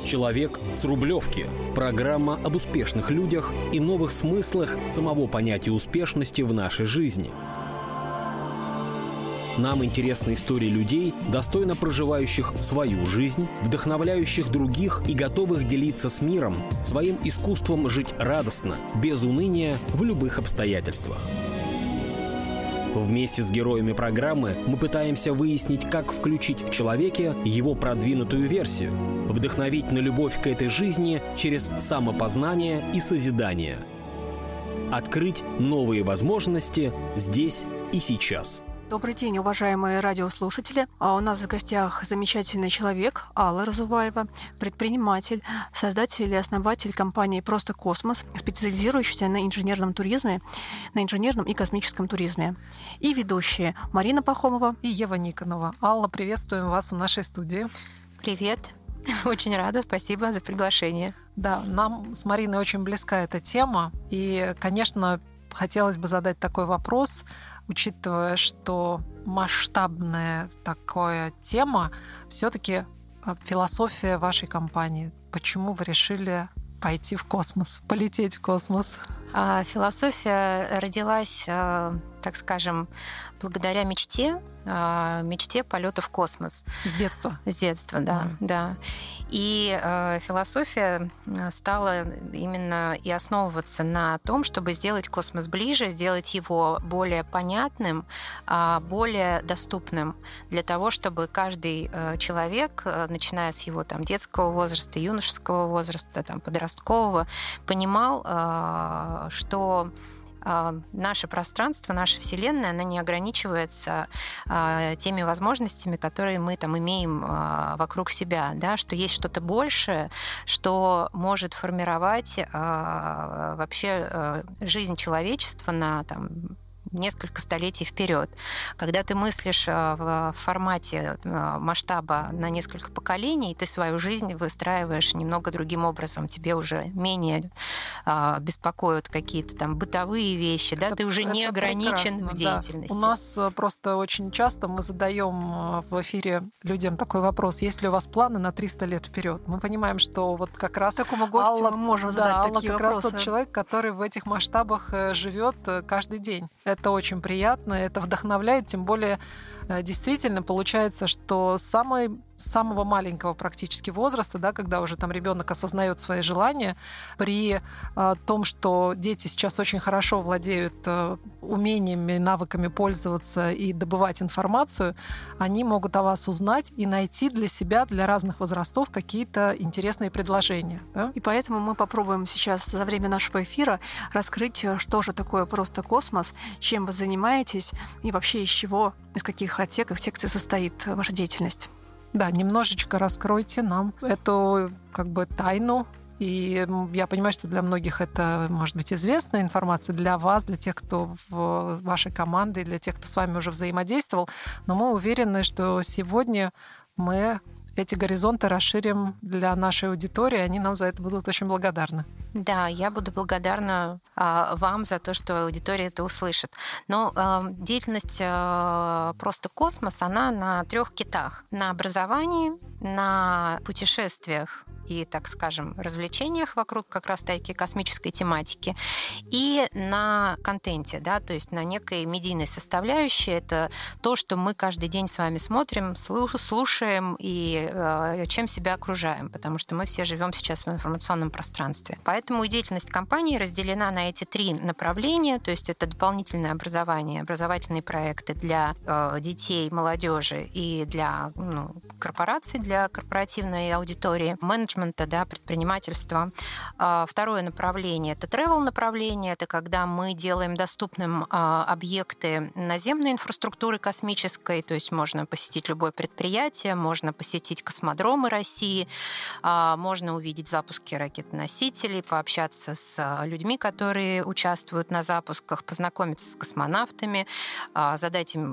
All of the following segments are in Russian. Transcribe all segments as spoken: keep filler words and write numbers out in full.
«Человек с Рублевки» – программа об успешных людях и новых смыслах самого понятия успешности в нашей жизни. Нам интересны истории людей, достойно проживающих свою жизнь, вдохновляющих других и готовых делиться с миром своим искусством жить радостно, без уныния, в любых обстоятельствах. Вместе с героями программы мы пытаемся выяснить, как включить в человеке его продвинутую версию, вдохновить на любовь к этой жизни через самопознание и созидание. Открыть новые возможности здесь и сейчас. Добрый день, уважаемые радиослушатели. А у нас в гостях замечательный человек Алла Разуваева, предприниматель, создатель и основатель компании «Просто космос», специализирующаяся на инженерном туризме, на инженерном и космическом туризме. И ведущие Марина Пахомова и Ева Никонова. Алла, приветствуем вас в нашей студии. Привет. Очень рада, спасибо за приглашение. Да, нам с Мариной очень близка эта тема. И, конечно, хотелось бы задать такой вопрос, учитывая, что масштабная такая тема, все-таки философия вашей компании. Почему вы решили пойти в космос, полететь в космос? А, философия родилась, так скажем, благодаря мечте, мечте полета в космос. С детства? С детства, да, mm. да. И э, философия стала именно и основываться на том, чтобы сделать космос ближе, сделать его более понятным, более доступным для того, чтобы каждый человек, начиная с его там, детского возраста, юношеского возраста, там, подросткового, понимал, что наше пространство, наша Вселенная, она не ограничивается а, теми возможностями, которые мы там имеем а, вокруг себя, да, что есть что-то большее, что может формировать а, вообще а, жизнь человечества на там, несколько столетий вперед. Когда ты мыслишь в формате масштаба на несколько поколений, ты свою жизнь выстраиваешь немного другим образом. Тебе уже менее беспокоят какие-то там бытовые вещи, это, да, ты уже не ограничен в деятельности. Да. У нас просто очень часто мы задаем в эфире людям такой вопрос: есть ли у вас планы на триста лет вперед? Мы понимаем, что вот как раз такому гостю Алла, мы можем задать да, такие Алла как вопросы. раз тот человек, который в этих масштабах живет каждый день. Это очень приятно, это вдохновляет, тем более действительно получается, что самый, с самого маленького практически возраста, да, когда уже там ребенок осознает свои желания, при а, том, что дети сейчас очень хорошо владеют а, умениями, навыками пользоваться и добывать информацию, они могут о вас узнать и найти для себя, для разных возрастов какие-то интересные предложения. Да? И поэтому мы попробуем сейчас за время нашего эфира раскрыть, что же такое просто космос, чем вы занимаетесь и вообще из чего, из каких отсеков, секций состоит ваша деятельность. Да, немножечко раскройте нам эту как бы тайну. И я понимаю, что для многих это, может быть, известная информация, для вас, для тех, кто в вашей команде, для тех, кто с вами уже взаимодействовал. Но мы уверены, что сегодня мы эти горизонты расширим для нашей аудитории, и они нам за это будут очень благодарны. Да, я буду благодарна а, вам за то, что аудитория это услышит. Но а, деятельность а, «Просто космос», она на трех китах. На образовании, на путешествиях и, так скажем, развлечениях вокруг как раз-таки космической тематики, и на контенте, да, то есть на некой медийной составляющей. Это то, что мы каждый день с вами смотрим, слушаем и э, чем себя окружаем, потому что мы все живем сейчас в информационном пространстве. Поэтому и деятельность компании разделена на эти три направления, то есть это дополнительное образование, образовательные проекты для э, детей, молодежи и для ну, корпораций, для корпоративной аудитории, менеджмент, да, предпринимательства. Второе направление – это travel направление. Это когда мы делаем доступным объекты наземной инфраструктуры космической, то есть можно посетить любое предприятие, можно посетить космодромы России, можно увидеть запуски ракет-носителей, пообщаться с людьми, которые участвуют на запусках, познакомиться с космонавтами, задать им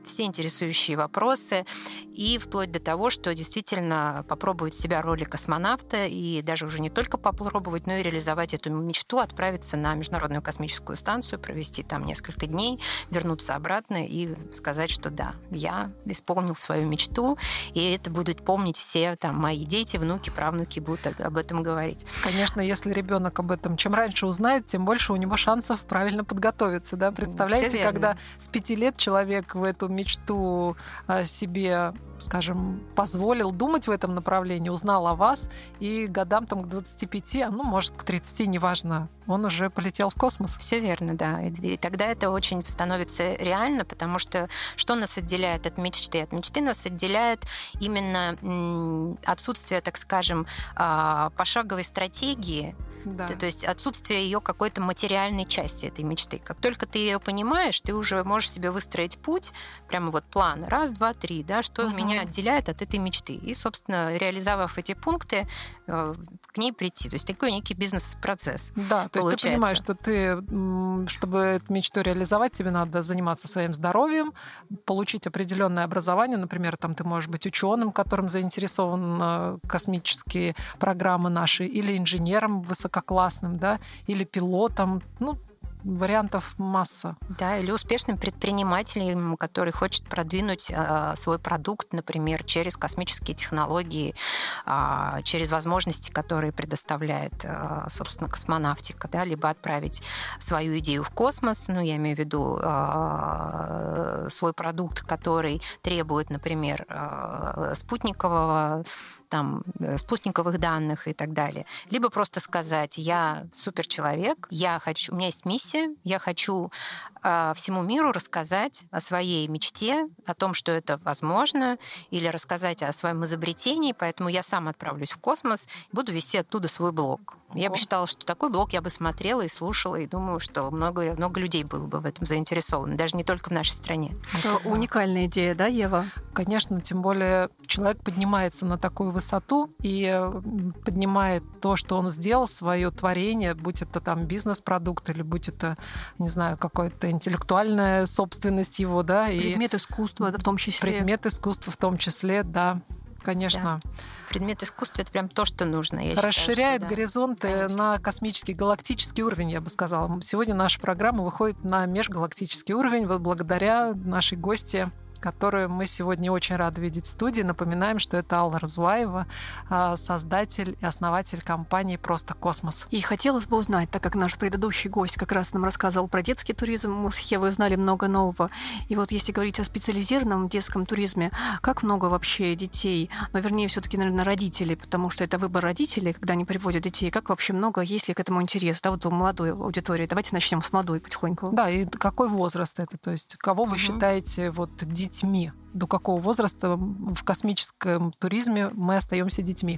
все интересующие вопросы, и вплоть до того, что действительно попробовать себя в роли космонавта, и даже уже не только попробовать, но и реализовать эту мечту, отправиться на Международную космическую станцию, провести там несколько дней, вернуться обратно и сказать, что да, я исполнил свою мечту, и это будут помнить все там мои дети, внуки, правнуки будут об этом говорить. Конечно, если ребенок об этом чем раньше узнает, тем больше у него шансов правильно подготовиться. Да? Представляете, когда с пяти лет человек в эту мечту себе, скажем, позволил думать в этом направлении, узнал о вас, и годам там к двадцати пяти, а ну, может, к тридцати, неважно, он уже полетел в космос. Все верно, да. И тогда это очень становится реально, потому что что нас отделяет от мечты? От мечты нас отделяет именно отсутствие, так скажем, пошаговой стратегии, да. То есть отсутствие ее какой-то материальной части этой мечты. Как только ты ее понимаешь, ты уже можешь себе выстроить путь, прямо вот план, раз, два, три, да, что угу. меня отделяет от этой мечты. И, собственно, реализовав эти пункты, к ней прийти. То есть такой некий бизнес-процесс. Да, то есть ты понимаешь, что ты, чтобы эту мечту реализовать, тебе надо заниматься своим здоровьем, получить определенное образование. Например, там ты можешь быть ученым, которым заинтересован космические программы наши, или инженером высококлассным, да, или пилотом. Ну, вариантов масса. Да, или успешным предпринимателем, который хочет продвинуть э, свой продукт, например, через космические технологии, э, через возможности, которые предоставляет, э, собственно, космонавтика, да, либо отправить свою идею в космос, ну, я имею в виду э, свой продукт, который требует, например, э, спутникового там, спутниковых данных и так далее. Либо просто сказать: я суперчеловек, я хочу, у меня есть миссия, я хочу э, всему миру рассказать о своей мечте, о том, что это возможно, или рассказать о своем изобретении, поэтому я сам отправлюсь в космос и буду вести оттуда свой блог. Я бы считала, что такой блог я бы смотрела и слушала, и думаю, что много, много людей было бы в этом заинтересовано, даже не только в нашей стране. Это уникальная идея, да, Ева? Конечно, тем более человек поднимается на такую высоту и поднимает то, что он сделал, свое творение, будь это там бизнес-продукт или будь это, не знаю, какая-то интеллектуальная собственность его, да. Предмет и... искусства в том числе. Предмет искусства в том числе, да. Конечно. Да. Предмет искусства — это прям то, что нужно. Я Расширяет считаю, что, да, горизонты конечно. На космический, галактический уровень, я бы сказала. Сегодня наша программа выходит на межгалактический уровень вот благодаря нашей гости, которую мы сегодня очень рады видеть в студии. Напоминаем, что это Алла Разуваева, создатель и основатель компании «Просто космос». И хотелось бы узнать, так как наш предыдущий гость как раз нам рассказывал про детский туризм, мы с Евой узнали много нового. И вот если говорить о специализированном детском туризме, как много вообще детей, но вернее все-таки, наверное, родителей, потому что это выбор родителей, когда они приводят детей, как вообще много, есть ли к этому интерес, да, вот у молодой аудитории. Давайте начнем с молодой потихоньку. Да, и какой возраст это? То есть кого вы угу. считаете вот детьми? детьми? До какого возраста в космическом туризме мы остаемся детьми?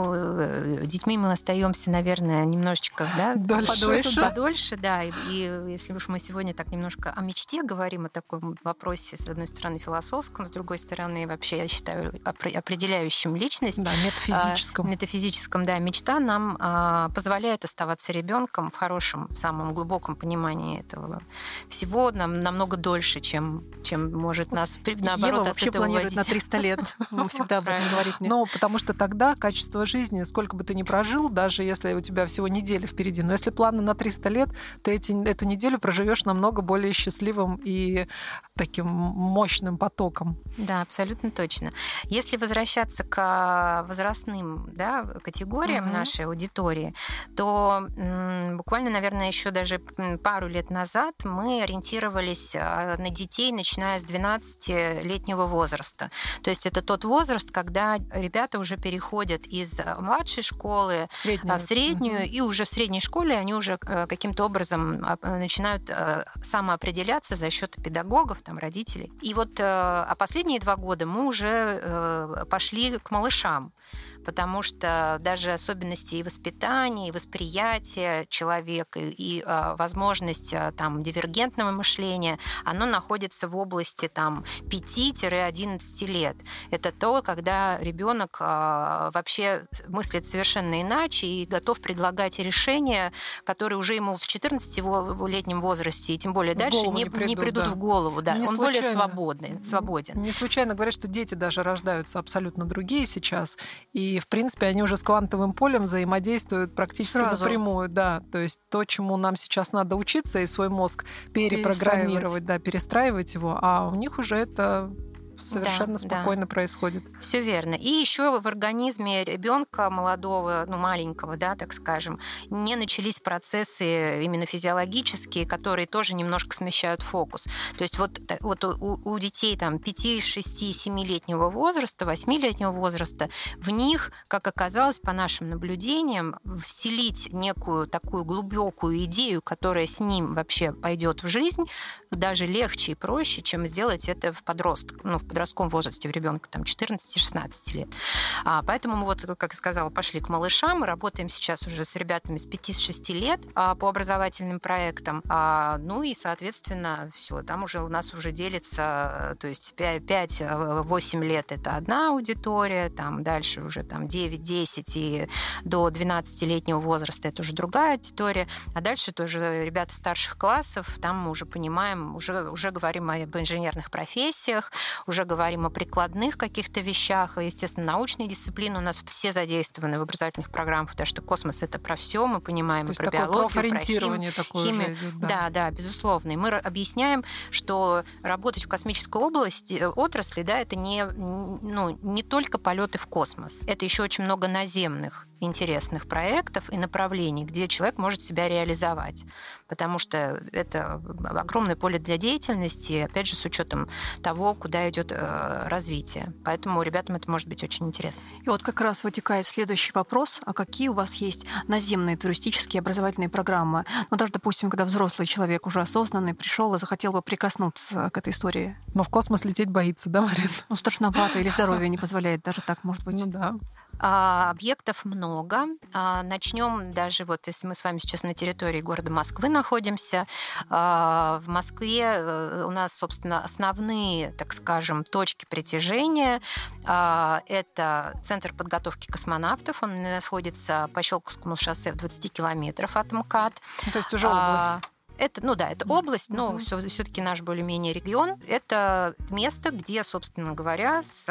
Ну, детьми мы остаемся, наверное, немножечко, да, дольше, подольше, подольше, да. И, и если уж мы сегодня так немножко о мечте говорим, о таком вопросе, с одной стороны, философском, с другой стороны, вообще, я считаю, определяющим личность. Да, метафизическом. А, метафизическом, да. Мечта нам а, позволяет оставаться ребенком в хорошем, в самом глубоком понимании этого всего, нам намного дольше, чем, чем может нас, наоборот, вообще планирует на триста лет. Мы всегда об этом говорим. Ну, потому что тогда качество жизни, сколько бы ты ни прожил, даже если у тебя всего неделя впереди, но если планы на триста лет, ты эти, эту неделю проживешь намного более счастливым и таким мощным потоком. Да, абсолютно точно. Если возвращаться к возрастным, да, категориям угу. нашей аудитории, то м, буквально, наверное, еще даже пару лет назад мы ориентировались на детей, начиная с двенадцатилетнего возраста. То есть это тот возраст, когда ребята уже переходят из младшей школы Средняя. в среднюю, угу. и уже в средней школе они уже каким-то образом начинают самоопределяться за счет педагогов, там, родителей. И вот а последние два года мы уже пошли к малышам. потому что даже особенности и воспитания, и восприятия человека, и э, возможность э, там, дивергентного мышления, оно находится в области там, пяти-одиннадцати лет. Это то, когда ребенок э, вообще мыслит совершенно иначе и готов предлагать решения, которые уже ему в четырнадцатилетнем возрасте, и тем более дальше, не, не придут, не придут да. в голову. Да. Он случайно, более свободный, свободен. Не случайно говорят, что дети даже рождаются абсолютно другие сейчас, и, в принципе, они уже с квантовым полем взаимодействуют практически Сразу. напрямую. Да. То есть то, чему нам сейчас надо учиться, и свой мозг перепрограммировать, да, перестраивать его, а у них уже это совершенно да, спокойно да. происходит. Все верно. И еще в организме ребенка молодого, ну маленького, да, так скажем, не начались процессы именно физиологические, которые тоже немножко смещают фокус. То есть вот, вот у, у детей там пяти, шести, семилетнего возраста, восьмилетнего возраста, в них, как оказалось по нашим наблюдениям, вселить некую такую глубокую идею, которая с ним вообще пойдет в жизнь, даже легче и проще, чем сделать это в подростках, ну, в подростковом возрасте, в ребенка там четырнадцати-шестнадцати лет. А, поэтому мы вот, как я сказала, пошли к малышам. Мы работаем сейчас уже с ребятами с пяти-шести лет а, по образовательным проектам. А, ну и, соответственно, все, там уже у нас уже делится, то есть пять-восемь лет это одна аудитория, там дальше уже там девять-десять и до двенадцатилетнего возраста это уже другая аудитория, а дальше тоже ребята старших классов, там мы уже понимаем, уже, уже говорим об инженерных профессиях, уже говорим о прикладных каких-то вещах. И, естественно, научные дисциплины у нас все задействованы в образовательных программах, потому что космос — это про все, мы понимаем То и про биологию, про химию. химию. Идет, да. да, да, безусловно. И мы объясняем, что работать в космической области, отрасли, да, это не, ну, не только полеты в космос. Это еще очень много наземных интересных проектов и направлений, где человек может себя реализовать. Потому что это огромное поле для деятельности, опять же, с учетом того, куда идет э, развитие. Поэтому ребятам это может быть очень интересно. И вот как раз вытекает следующий вопрос: а какие у вас есть наземные туристические образовательные программы? Ну, даже, допустим, когда взрослый человек уже осознанный пришел и захотел бы прикоснуться к этой истории. Но в космос лететь боится, да, Марина? Ну, страшновато, или здоровье не позволяет, даже так может быть. Ну да. А, объектов много. А, начнем даже вот, если мы с вами сейчас на территории города Москвы находимся. А, в Москве у нас, собственно, основные, так скажем, точки притяжения. А, это Центр подготовки космонавтов. Он находится по Щелковскому шоссе в двадцати километрах от МКАД. То есть уже область. Это, ну да, это область, но mm-hmm. все-таки наш более-менее регион. Это место, где, собственно говоря, с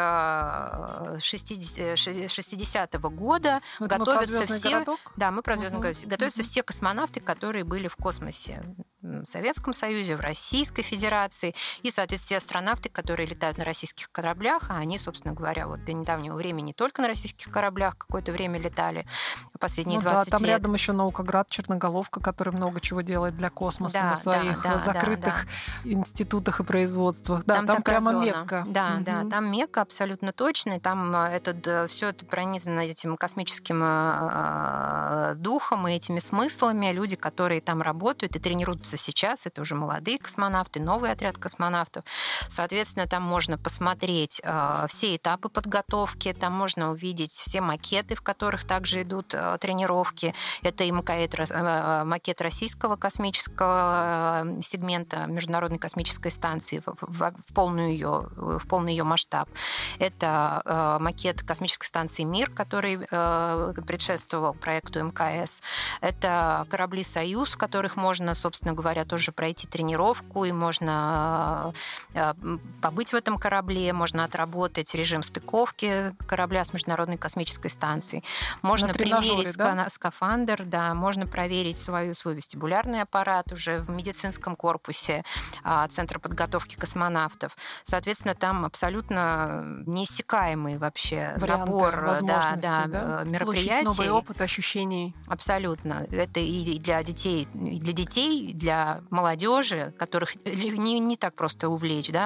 шестидесятого года ну, готовятся все. Городок? Да, мы про звездный mm-hmm. городок. Готовятся mm-hmm. все космонавты, которые были в космосе. В Советском Союзе, в Российской Федерации. И, соответственно, все астронавты, которые летают на российских кораблях, а они, собственно говоря, вот до недавнего времени не только на российских кораблях какое-то время летали, последние ну, двадцать да, там лет. рядом еще Наукоград, Черноголовка, который много чего делает для космоса да, на своих да, закрытых да, да. институтах и производствах. Да, там, там прямо зона. Мекка. Да, угу. да, там Мекка абсолютно точно. Там это, все это пронизано этим космическим духом и этими смыслами. Люди, которые там работают и тренируются сейчас, это уже молодые космонавты, новый отряд космонавтов. Соответственно, там можно посмотреть э, все этапы подготовки, там можно увидеть все макеты, в которых также идут э, тренировки. Это и макет, э, макет российского космического э, сегмента Международной космической станции в, в, в, полную ее, в полный ее масштаб. Это э, макет космической станции «Мир», который э, предшествовал проекту МКС. Это корабли «Союз», в которых можно, собственно говоря, тоже пройти тренировку, и можно побыть в этом корабле, можно отработать режим стыковки корабля с Международной космической станцией, можно примерить да? скафандр, да, можно проверить свою, свой вестибулярный аппарат уже в медицинском корпусе Центра подготовки космонавтов. Соответственно, там абсолютно неиссякаемый вообще варианты, набор возможностей, да, да, да, мероприятий. Новый опыт, ощущений. Абсолютно. Это и для детей, и для детей, и для молодежи, которых не, не так просто увлечь, да,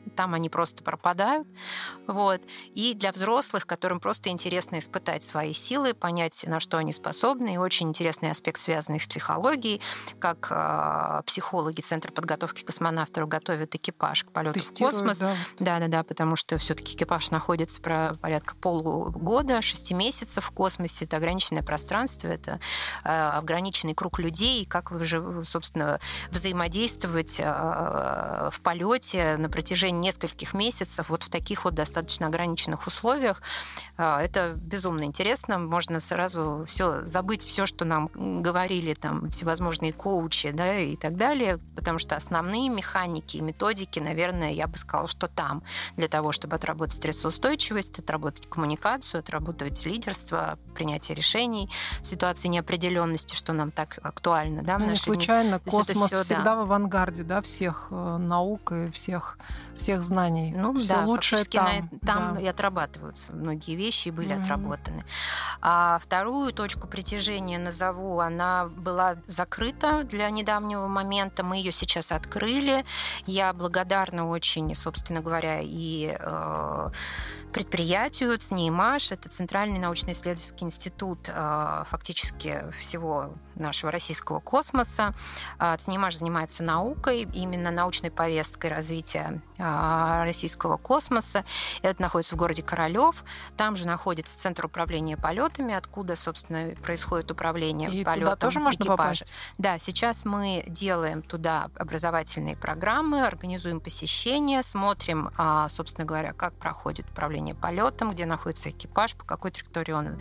там они просто пропадают. Вот. И для взрослых, которым просто интересно испытать свои силы, понять, на что они способны. И очень интересный аспект, связанный с психологией, как э, психологи Центра подготовки космонавтов готовят экипаж к полету в космос. Да-да-да, потому что все-таки экипаж находится про порядка полугода, шести месяцев в космосе. Это ограниченное пространство, это э, ограниченный круг людей, и как вы же, собственно, взаимодействовать э, в полете на протяжении нескольких месяцев вот в таких вот достаточно ограниченных условиях. Э, это безумно интересно. Можно сразу все забыть, все, что нам говорили там всевозможные коучи, да, и так далее, потому что основные механики и методики, наверное, я бы сказала, что там, для того, чтобы отработать стрессоустойчивость, отработать коммуникацию, отработать лидерство, принятие решений в ситуации неопределенности, что нам так актуально. Да, ну, не случайно дни. Космос всё, всегда да. в авангарде, да, всех наук и всех, всех знаний. Ну, Все да, лучшее там. На, там да. и отрабатываются многие вещи, и были mm-hmm. отработаны. А вторую точку притяжения назову, она была закрыта для недавнего момента. Мы ее сейчас открыли. Я благодарна очень, собственно говоря, и э, предприятию ЦНИИМАШ. Это Центральный научно-исследовательский институт э, фактически всего нашего российского космоса. ЦНИИМАШ занимается наукой, именно научной повесткой развития э, российского космоса. Это находится в городе Королёв. Там же находится Центр управления полетами, откуда, собственно, происходит управление и полетом туда тоже можно экипажа. попасть? Да, сейчас мы делаем туда образовательные программы, организуем посещения, смотрим, собственно говоря, как проходит управление полетом, где находится экипаж, по какой траектории он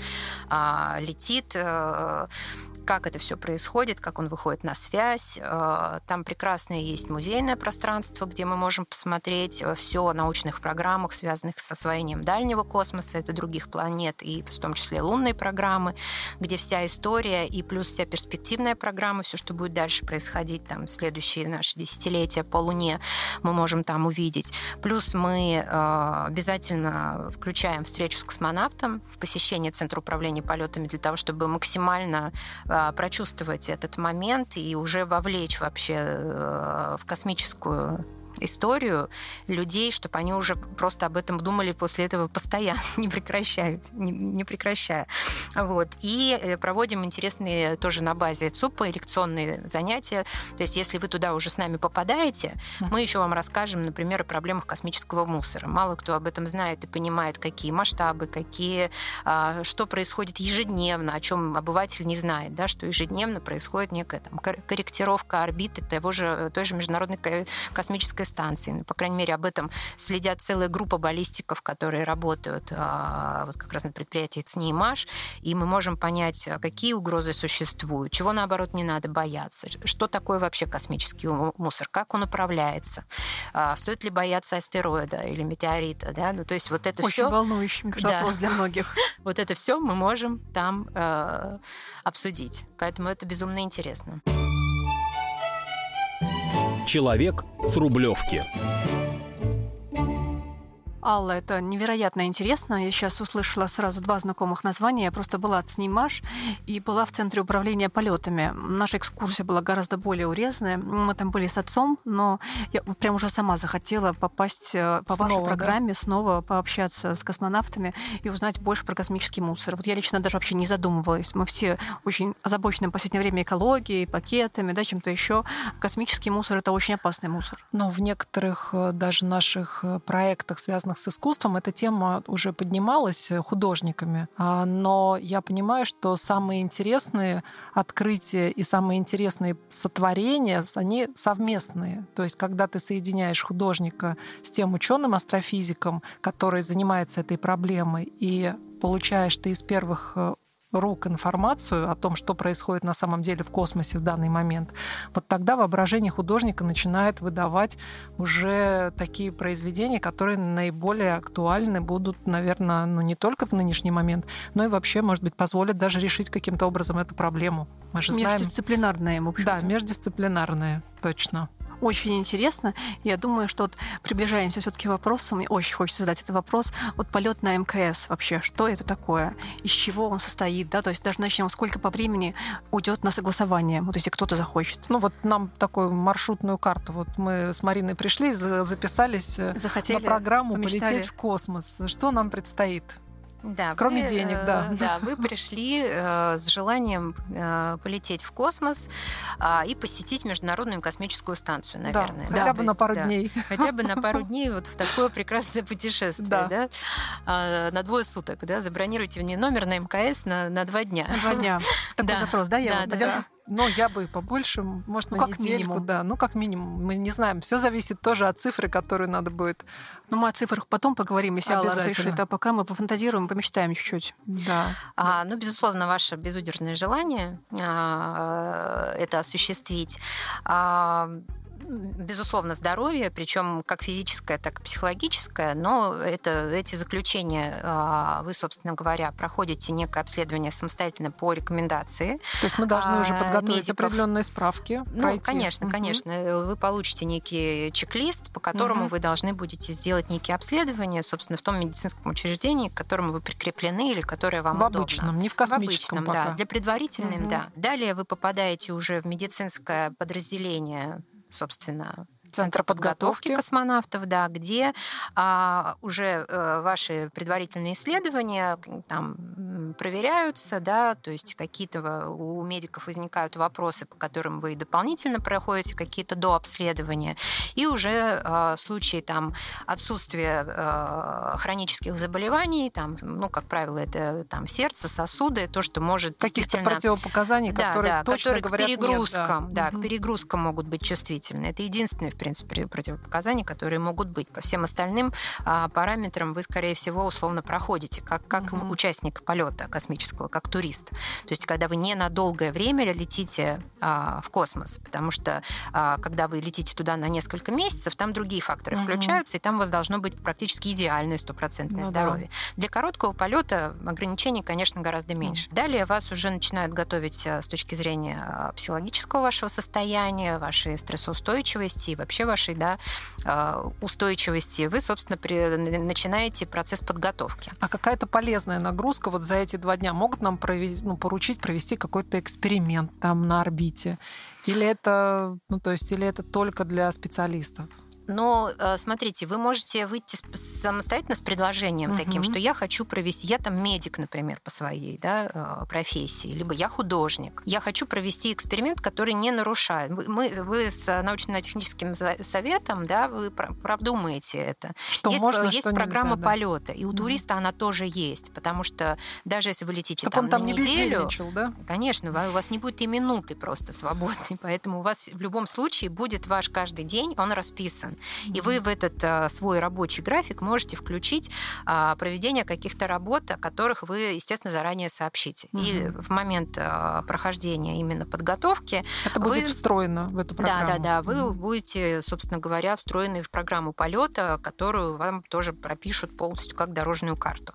летит, как это все происходит, как он выходит на связь. Там прекрасное есть музейное пространство, где мы можем посмотреть все о научных программах, связанных с освоением дальнего космоса, это других планет, и в том числе лунные программы, где вся история и плюс вся перспективная программа, все, что будет дальше происходить, там, в следующие наши десятилетия по Луне, мы можем там увидеть. Плюс мы э, обязательно включаем встречу с космонавтом в посещение Центра управления полетами для того, чтобы максимально э, прочувствовать этот момент и уже вовлечь вообще э, в космическую историю людей, чтобы они уже просто об этом думали после этого постоянно, не прекращая. Не, не прекращая. Вот. И проводим интересные тоже на базе ЦУПа лекционные занятия. То есть если вы туда уже с нами попадаете, мы еще вам расскажем, например, о проблемах космического мусора. Мало кто об этом знает и понимает, какие масштабы, какие, что происходит ежедневно, о чем обыватель не знает, да, что ежедневно происходит некая там, корректировка орбиты того же, той же Международной космической станции. Ну, по крайней мере, об этом следят целая группа баллистиков, которые работают а, вот как раз на предприятии ЦНИИМАШ, и мы можем понять, какие угрозы существуют, чего, наоборот, не надо бояться, что такое вообще космический мусор, как он управляется, а, стоит ли бояться астероида или метеорита. Да? Ну, то есть вот это Очень все... волнующий, мне кажется, да. вопрос для многих. Вот это все мы можем там э, обсудить. Поэтому это безумно интересно. Человек с Рублевки. Алла, это невероятно интересно. Я сейчас услышала сразу два знакомых названия. Я просто была от ЦНИИМАШ и была в Центре управления полетами. Наша экскурсия была гораздо более урезанная. Мы там были с отцом, но я прям уже сама захотела попасть по снова, вашей программе, да? снова пообщаться с космонавтами и узнать больше про космический мусор. Вот я лично даже вообще не задумывалась. Мы все очень озабочены в последнее время экологией, пакетами, да, чем-то еще. Космический мусор — это очень опасный мусор. Но в некоторых даже наших проектах, связанных с искусством, эта тема уже поднималась художниками. Но я понимаю, что самые интересные открытия и самые интересные сотворения, они совместные. То есть, когда ты соединяешь художника с тем ученым астрофизиком, который занимается этой проблемой, и получаешь ты из первых рук информацию о том, что происходит на самом деле в космосе в данный момент, вот тогда воображение художника начинает выдавать уже такие произведения, которые наиболее актуальны будут, наверное, ну, не только в нынешний момент, но и вообще, может быть, позволят даже решить каким-то образом эту проблему. Мы же знаем... Междисциплинарная, в общем-то. Да, междисциплинарная, точно. Очень интересно. Я думаю, что вот приближаемся все-таки к вопросу. Мне очень хочется задать этот вопрос. Вот полет на эм ка эс вообще, что это такое? Из чего он состоит? Да? То есть даже начнем, сколько по времени уйдет на согласование, вот если кто-то захочет. Ну вот нам такую маршрутную карту. Вот мы с Мариной пришли, записались Захотели, на программу помечтали. «Полететь в космос». Что нам предстоит? Да, Кроме вы, денег, да. Да, вы пришли э, с желанием э, полететь в космос э, и посетить Международную космическую станцию, наверное. Да, да, хотя бы на есть, пару да, дней. Хотя бы на пару дней вот в такое прекрасное путешествие, да, да? Э, на двое суток, да, забронируйте мне номер на эм ка эс на, на два дня. На два дня. Такой да. запрос, да, я да, да. Но я бы побольше, может, ну, на как недельку, минимум. да. Ну, как минимум. Мы не знаем. Все зависит тоже от цифры, которую надо будет. Ну, мы о цифрах потом поговорим, если Алла разрешит. А пока мы пофантазируем, помечтаем чуть-чуть. Да. А, ну, безусловно, ваше безудержное желание а, это осуществить. А, безусловно, здоровье, причем как физическое, так и психологическое, но это, эти заключения вы, собственно говоря, проходите некое обследование самостоятельно по рекомендации. То есть мы должны а, уже подготовить медиков. Определенные справки, ну, пройти. Конечно, угу. конечно. Вы получите некий чек-лист, по которому угу. вы должны будете сделать некие обследования, собственно, в том медицинском учреждении, к которому вы прикреплены или которое вам в удобно. В обычном, не в космическом В обычном, пока. да. Для предварительным, угу. да. Далее вы попадаете уже в медицинское подразделение, собственно, Центра подготовки. подготовки космонавтов, да, где а, уже а, ваши предварительные исследования там проверяются, да, то есть какие-то у медиков возникают вопросы, по которым вы дополнительно проходите какие-то дообследования, и уже а, в случае там отсутствия а, хронических заболеваний, там, ну, как правило, это там сердце, сосуды, то, что может каких-то противопоказаний, да, которые да, точно которые говорят к перегрузкам, нет, да, да, к перегрузкам могут быть чувствительны. Это единственное, в принципе, противопоказания, которые могут быть. По всем остальным а, параметрам вы, скорее всего, условно проходите, как, как mm-hmm. участник полета космического, как турист. То есть, когда вы не на долгое время летите а, в космос, потому что, а, когда вы летите туда на несколько месяцев, там другие факторы mm-hmm. включаются, и там у вас должно быть практически идеальное стопроцентное ну, здоровье. Да. Для короткого полета ограничений, конечно, гораздо меньше. Mm-hmm. Далее вас уже начинают готовить с точки зрения психологического вашего состояния, вашей стрессоустойчивости и вообще вашей да, устойчивости, вы, собственно, при, начинаете процесс подготовки. А какая-то полезная нагрузка вот за эти два дня могут нам провести, ну, поручить провести какой-то эксперимент там на орбите? Или это, ну, то есть, или это только для специалистов? Но, смотрите, вы можете выйти самостоятельно с предложением uh-huh. таким, что я хочу провести, я там медик, например, по своей да, профессии, либо я художник. Я хочу провести эксперимент, который не нарушает. Мы, вы с научно-техническим советом, да, вы продумаете это. Что есть можно, есть что программа нельзя, да. полета, и у uh-huh. туриста она тоже есть, потому что даже если вы летите Чтобы там, он там на не неделю, да? конечно, у вас не будет и минуты просто свободной, поэтому у вас в любом случае будет ваш каждый день, он расписан. И вы в этот а, свой рабочий график можете включить а, проведение каких-то работ, о которых вы, естественно, заранее сообщите. Угу. И в момент а, прохождения именно подготовки... Это будет вы... встроено в эту программу. Да, да, да. Вы угу. будете, собственно говоря, встроены в программу полета, которую вам тоже пропишут полностью как дорожную карту.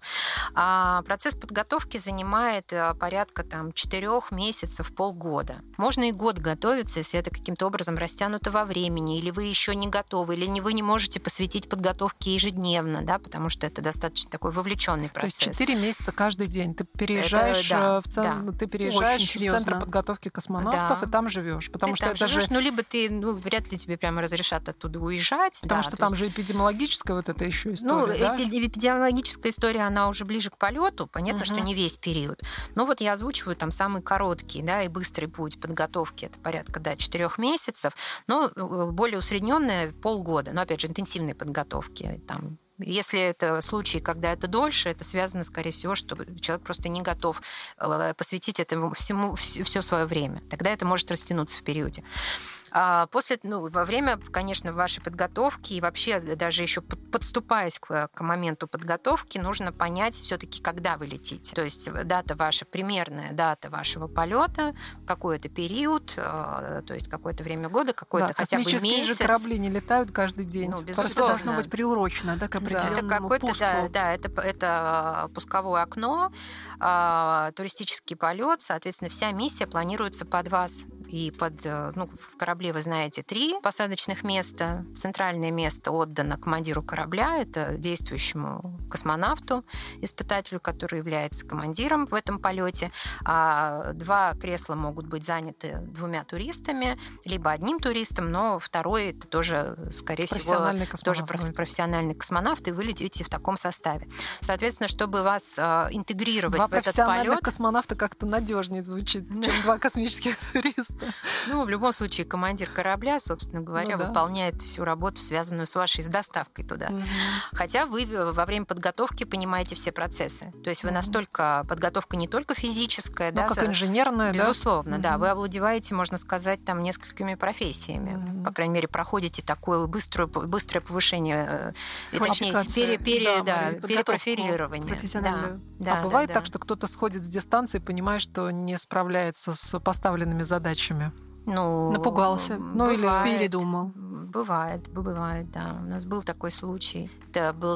А процесс подготовки занимает порядка там, четырех месяцев, полгода. Можно и год готовиться, если это каким-то образом растянуто во времени, или вы еще не готовы, или не вы не можете посвятить подготовке ежедневно, да, потому что это достаточно такой вовлеченный процесс. То есть четыре месяца каждый день. Ты переезжаешь, это, да, в, центр, да. ты переезжаешь в Центр подготовки космонавтов, да. и там живешь. Потому ты что там это живешь, же... ну, либо ты, ну, вряд ли тебе прямо разрешат оттуда уезжать. Потому да, что там есть... же эпидемиологическая вот эта еще история, ну, да? эпидемиологическая история, она уже ближе к полету. Понятно, угу. что не весь период. Но вот я озвучиваю там самый короткий, да, и быстрый путь подготовки. Это порядка, да, четырех месяцев. Но более усредненная полгода. Но, опять же, интенсивной подготовки. Там, если это случаи, когда это дольше, это связано, скорее всего, что человек просто не готов посвятить этому всему все свое время. Тогда это может растянуться в периоде. После, ну, во время, конечно, вашей подготовки и вообще даже еще подступаясь к, к моменту подготовки, нужно понять все-таки, когда вы летите. То есть дата ваша, примерная дата вашего полета, какой-то период, то есть какое-то время года, какой-то да, хотя бы месяц. Космические же корабли не летают каждый день. Ну, безусловно. Это должно быть приурочено, да, к определенному это какой-то, пуску. Да, да это, это пусковое окно, туристический полет, соответственно, вся миссия планируется под вас. и под, ну, в корабле, вы знаете, три посадочных места. Центральное место отдано командиру корабля, это действующему космонавту, испытателю, который является командиром в этом полете. А два кресла могут быть заняты двумя туристами, либо одним туристом, но второй это тоже, скорее всего, тоже будет. профессиональный космонавт, и вы летите в таком составе. Соответственно, чтобы вас э, интегрировать два в этот полет... Два профессиональных космонавта как-то надежнее звучит, чем два космических туриста. Ну, в любом случае, командир корабля, собственно говоря, ну, да. выполняет всю работу, связанную с вашей с доставкой туда. Угу. Хотя вы во время подготовки понимаете все процессы. То есть вы угу. настолько... Подготовка не только физическая, ну, да, как за... инженерная, безусловно, да? да. Угу. Вы овладеваете, можно сказать, там несколькими профессиями. Угу. По крайней мере, проходите такое быстрое, быстрое повышение, точнее, пере, пере, да, да, перепрофилирование. Да, да, а бывает да, так, да. что кто-то сходит с дистанции, понимая, что не справляется с поставленными задачами? Ну, напугался, ну или передумал. Бывает, бывает, да. У нас был такой случай. Это был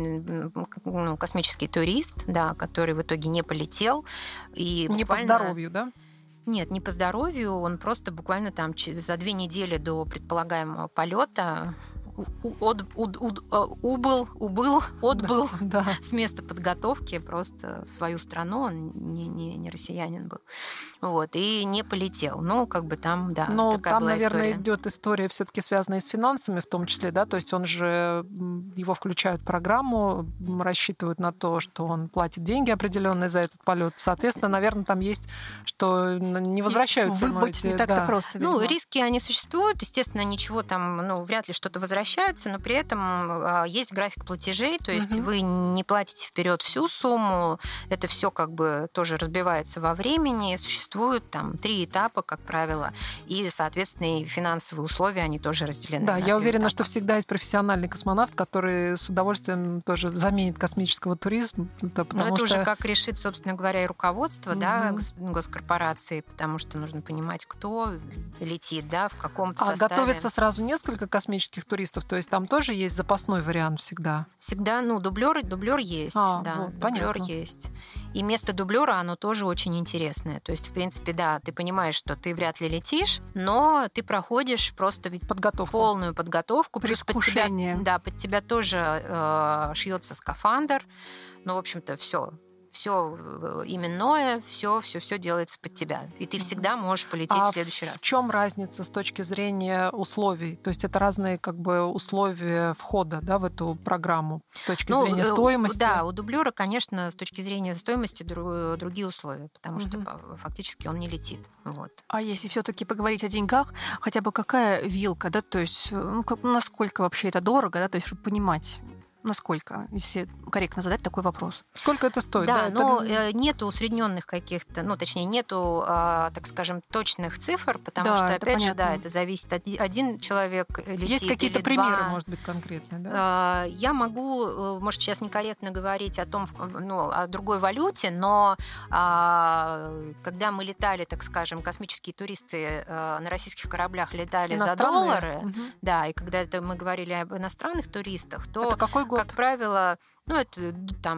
ну, космический турист, да, который в итоге не полетел. И не буквально... по здоровью, да? Нет, не по здоровью. Он просто буквально там за две недели до предполагаемого полета От, уд, уд, убыл, убыл, отбыл да, да. с места подготовки просто в свою страну, он не, не, не россиянин был, вот, и не полетел. Ну, как бы там, да, но такая там, была наверное, история. идет история все-таки связанная с финансами, в том числе, да, то есть он же, его включают в программу, рассчитывают на то, что он платит деньги определенные за этот полет. Соответственно, наверное, там есть, что не возвращаются. Выбыть не так-то да. просто, видимо. Ну, риски, они существуют, естественно, ничего там, ну, вряд ли что-то возвращается, но при этом есть график платежей, то есть угу. вы не платите вперед всю сумму, это все как бы тоже разбивается во времени, существуют там три этапа, как правило, и, соответственно, и финансовые условия, они тоже разделены. Да, я уверена, этапа. что всегда есть профессиональный космонавт, который с удовольствием тоже заменит космического туризма. Да, но это что... уже как решит, собственно говоря, и руководство, угу. да, госкорпорации, потому что нужно понимать, кто летит, да, в каком-то а составе. А готовится сразу несколько космических туристов? То есть там тоже есть запасной вариант всегда? Всегда, ну, дублер, дублер есть, а, да, вот, дублер есть. И место дублера, оно тоже очень интересное. То есть, в принципе, да, ты понимаешь, что ты вряд ли летишь, но ты проходишь просто подготовку. полную подготовку. Плюс под тебя, да, под тебя тоже э, шьется скафандр. Ну, в общем-то, все. Все именное, все, все, все делается под тебя. И ты всегда можешь полететь а в следующий раз. В чем разница с точки зрения условий? То есть это разные как бы условия входа, да, в эту программу с точки ну, зрения стоимости? Да, у дублера, конечно, с точки зрения стоимости другие условия, потому что угу. фактически он не летит. Вот. А если все-таки поговорить о деньгах, хотя бы какая вилка, да, то есть ну, как, насколько вообще это дорого, да, то есть чтобы понимать. Насколько, если корректно задать такой вопрос? Сколько это стоит? Да, да но это... нету усредненных каких-то, ну, точнее, нету, так скажем, точных цифр, потому да, что, опять понятно. же, да, это зависит от один человек летит. Есть какие-то или примеры, два. может быть, конкретные, да? Я могу, может, сейчас некорректно говорить о том, ну, о другой валюте, но когда мы летали, так скажем, космические туристы на российских кораблях летали за доллары, угу. да, и когда это мы говорили об иностранных туристах, то это какой год? Как правило, ну, это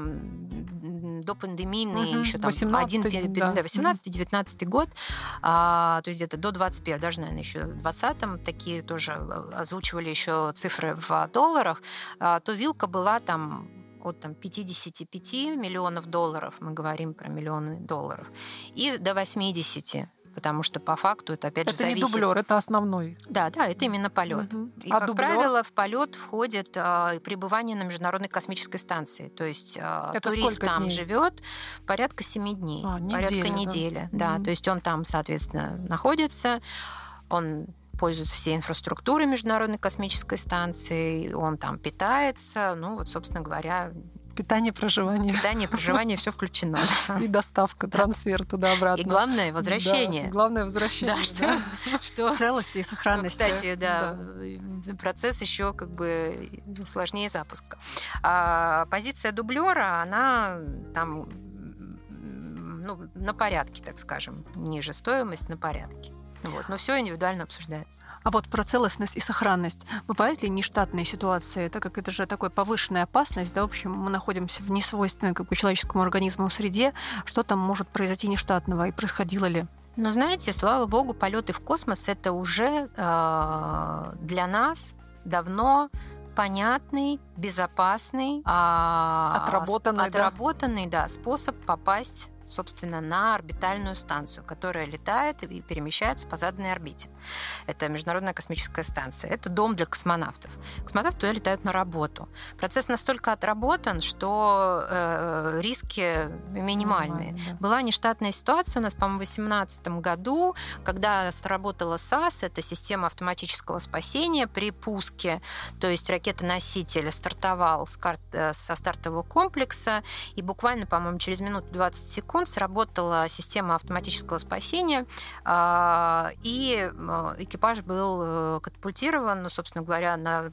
там до пандемийный, угу. еще там восемнадцатый-девятнадцатый год, а, то есть где-то до двадцать первого, даже, наверное, еще в двадцатом такие тоже озвучивали еще цифры в долларах, а, то вилка была там от там, пятьдесят пять миллионов долларов, мы говорим про миллионы долларов, и до восемьдесят. Потому что по факту это опять это же зависит. Это не дублер, это основной. Да, да, это именно полет. Угу. И а как дублер? правило в полет входит э, пребывание на Международной космической станции. То есть э, турист там живет порядка семи дней, а, порядка неделя, недели. Да. Да, угу. То есть он там, соответственно, находится, он пользуется всей инфраструктурой Международной космической станции, он там питается, ну вот, собственно говоря. Питание, проживание. Питание, проживание, все включено. И доставка, трансфер туда-обратно. И главное возвращение. Да, главное возвращение. Да, что, да. что целости и сохранности. Что, кстати, да, да, процесс еще как бы сложнее запуска. А позиция дублера, она там ну, на порядке, так скажем, ниже стоимость на порядке. Вот. Но все индивидуально обсуждается. А вот про целостность и сохранность. Бывают ли нештатные ситуации, так как это же такая повышенная опасность, да, в общем, мы находимся в несвойственной как бы, человеческому организму среде, что там может произойти нештатного и происходило ли? Ну, знаете, слава богу, полеты в космос — это уже э, для нас давно понятный, безопасный, э, отработанный, отработанный да? Да, способ попасть, собственно, на орбитальную станцию, которая летает и перемещается по заданной орбите. Это Международная космическая станция. Это дом для космонавтов. Космонавты туда летают на работу. Процесс настолько отработан, что э, риски минимальные. Нормально, да. Была нештатная ситуация у нас, по-моему, в две тысячи восемнадцатом году, когда сработала САС, это система автоматического спасения при пуске. То есть ракета-носитель стартовал с карт, со стартового комплекса, и буквально, по-моему, через минуту двадцать секунд сработала система автоматического спасения, и экипаж был катапультирован, ну, собственно говоря, на,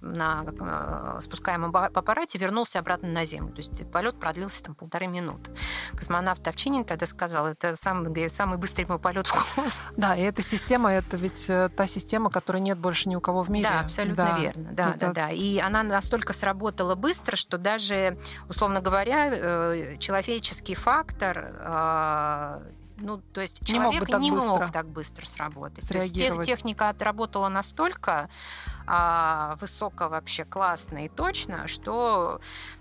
на спускаемом аппарате, вернулся обратно на Землю. То есть полет продлился там полторы минуты. Космонавт Овчинин тогда сказал, это самый, самый быстрый мой полет в космос. Да, и эта система, это ведь та система, которой нет больше ни у кого в мире. Да, абсолютно да. верно. Да, это... да, да. И она настолько сработала быстро, что даже, условно говоря, человеческий фактор, ну, то есть не человек мог не быстро мог так быстро сработать. То есть среагировать. тех, техника отработала настолько а, высоко вообще, классно и точно, что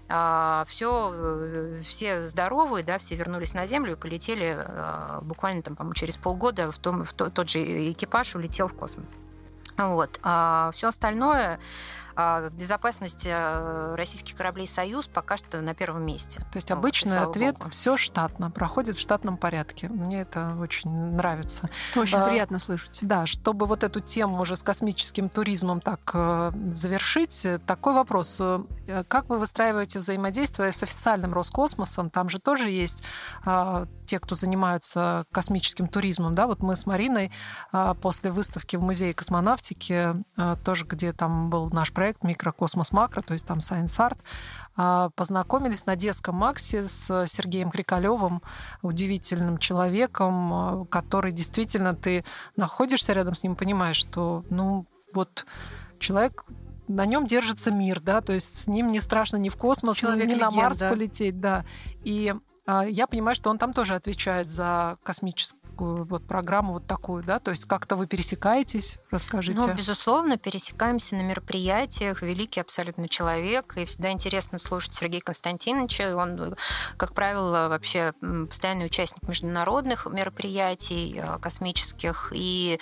а, все, все здоровые, да, все вернулись на Землю и полетели а, буквально там, по-моему, через полгода в, том, в то, тот же экипаж улетел в космос. Вот. А все остальное, безопасность российских кораблей «Союз» пока что на первом месте. То есть вот, обычный ответ Богу. Все штатно, проходит в штатном порядке. Мне это очень нравится. Очень а, приятно слышать. Да, чтобы вот эту тему уже с космическим туризмом так э, завершить, такой вопрос. Как вы выстраиваете взаимодействие с официальным Роскосмосом? Там же тоже есть э, те, кто занимаются космическим туризмом. Да? Вот мы с Мариной э, после выставки в Музее космонавтики, э, тоже где там был наш проект «Микрокосмос Макро», то есть там Science Art, познакомились на детском Максе с Сергеем Крикалевым, удивительным человеком, который действительно, ты находишься рядом с ним, понимаешь, что, ну, вот человек, на нем держится мир, да, то есть с ним не страшно ни в космос, Человек ни на легенда. Марс полететь, да. И а, я понимаю, что он там тоже отвечает за космическую вот программу вот такую, да? То есть как-то вы пересекаетесь? Расскажите. Ну, безусловно, пересекаемся на мероприятиях. Великий абсолютно человек. И всегда интересно слушать Сергея Константиновича. Он, как правило, вообще постоянный участник международных мероприятий космических. И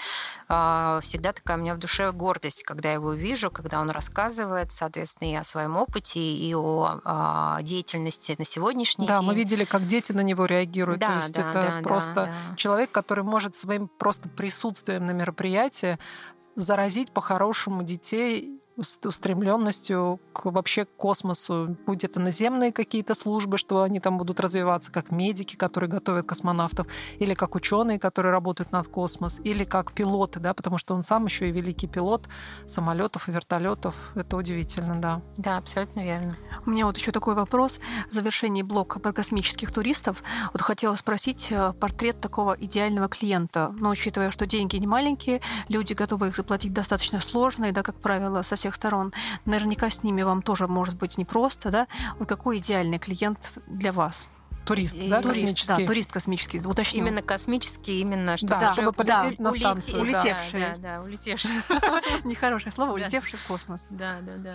э, всегда такая у меня в душе гордость, когда я его вижу, когда он рассказывает, соответственно, и о своем опыте, и о, о деятельности на сегодняшний да, день. Да, мы видели, как дети на него реагируют. Да, То есть да, это да, просто да, да. человек, который может своим просто присутствием на мероприятии заразить по-хорошему детей устремленностью к вообще к космосу. Будь это наземные какие-то службы, что они там будут развиваться, как медики, которые готовят космонавтов, или как ученые, которые работают над космос, или как пилоты, да, потому что он сам еще и великий пилот самолетов и вертолетов. Это удивительно, да. Да, абсолютно верно. У меня вот еще такой вопрос. В завершении блока про космических туристов вот хотела спросить портрет такого идеального клиента. Но учитывая, что деньги не маленькие, люди готовы их заплатить достаточно сложные, да, как правило, со всех сторон. Наверняка с ними вам тоже может быть непросто, да? Вот какой идеальный клиент для вас? Турист, И да, турист, космический? Да, турист космический, уточню. Именно космический, именно что да, да, чтобы полететь да, на улети- станцию. да, Улетевший. Да, да, улетевший. Нехорошее слово, Да. улетевший в космос. Да, да, да.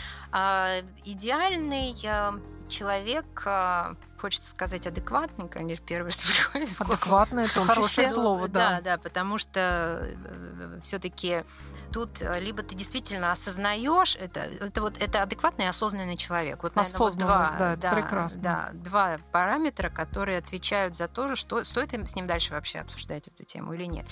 А, идеальный а, человек, а, хочется сказать адекватный, конечно, первое, что приходит в голову. Адекватно, это том хорошее числе. слово, да. Да, да, потому что все-таки тут либо ты действительно осознаешь это, это вот это адекватный и осознанный человек. Вот, наверное, вот Осознанность, два, да, это прекрасно. Да, два параметра, которые отвечают за то, что стоит им с ним дальше вообще обсуждать эту тему или нет.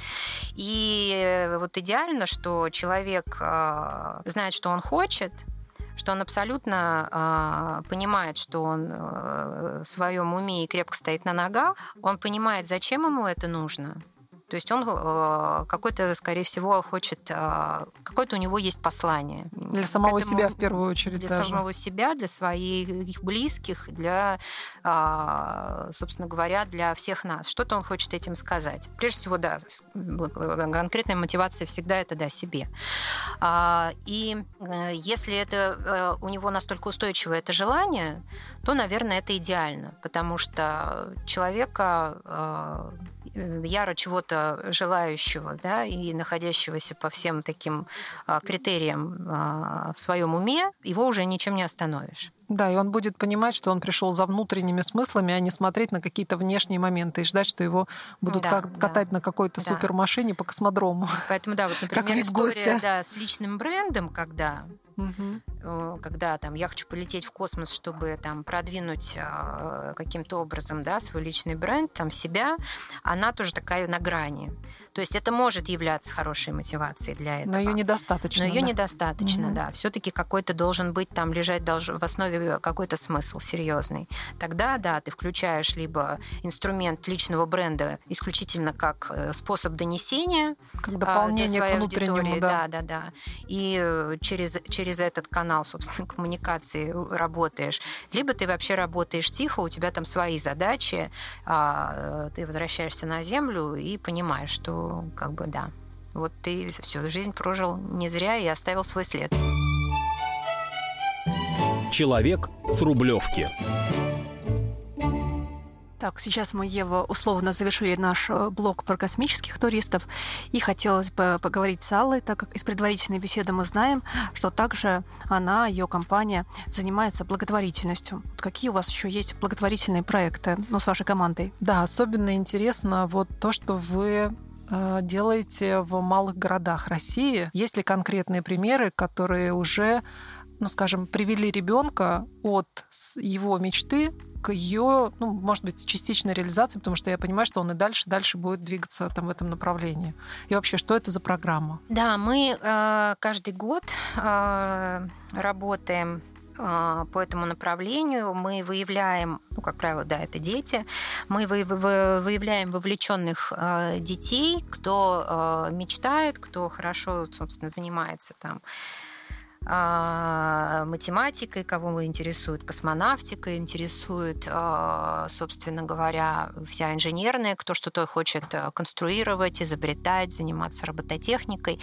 И вот идеально, что человек э, знает, что он хочет, что он абсолютно э, понимает, что он э, в своем уме и крепко стоит на ногах, он понимает, зачем ему это нужно. То есть он э, какой-то, скорее всего, хочет, э, какое-то у него есть послание. Для самого этому, себя в первую очередь. Для даже. самого себя, для своих близких, для, собственно говоря, для всех нас. Что-то он хочет этим сказать. Прежде всего, да, конкретная мотивация всегда это, да, себе. И если это у него настолько устойчивое это желание, то, наверное, это идеально, потому что человека яро чего-то желающего, да, и находящегося по всем таким критериям в своем уме, его уже ничем не остановишь. Да, и он будет понимать, что он пришел за внутренними смыслами, а не смотреть на какие-то внешние моменты и ждать, что его будут да, как- катать да, на какой-то да. супермашине по космодрому. Поэтому, да, вот, например, история да, с личным брендом, когда угу. когда там, я хочу полететь в космос, чтобы там, продвинуть э, каким-то образом да, свой личный бренд, там, себя, она тоже такая на грани. То есть это может являться хорошей мотивацией для этого. Но ее недостаточно. Но ее да? недостаточно, угу. да. Все-таки какой-то должен быть, там лежать долж... в основе какой-то смысл серьезный. Тогда, да, ты включаешь либо инструмент личного бренда исключительно как способ донесения как дополнение для своей к внутреннему, аудитории, да. да, да, да. И через, через этот канал, собственно, коммуникации работаешь. Либо ты вообще работаешь тихо, у тебя там свои задачи, ты возвращаешься на землю и понимаешь, что как бы да, вот ты всю жизнь прожил не зря и оставил свой след. Человек с Рублевки. Так, сейчас мы, Ева, условно завершили наш блог про космических туристов. И хотелось бы поговорить с Аллой, так как из предварительной беседы мы знаем, что также она, ее компания, занимается благотворительностью. Какие у вас еще есть благотворительные проекты, ну, с вашей командой? Да, особенно интересно вот то, что вы делаете в малых городах России. Есть ли конкретные примеры, которые уже, ну, скажем, привели ребенка от его мечты к ее, ну, может быть, частичной реализации, потому что я понимаю, что он и дальше, дальше будет двигаться там в этом направлении. И вообще, что это за программа? Да, мы э, каждый год э, работаем э, по этому направлению. Мы выявляем, ну, как правило, да, это дети, мы вы, вы, выявляем вовлеченных э, детей, кто э, мечтает, кто хорошо, собственно, занимается там математикой, кого интересует космонавтика, интересует, собственно говоря, вся инженерная, кто что-то хочет конструировать, изобретать, заниматься робототехникой.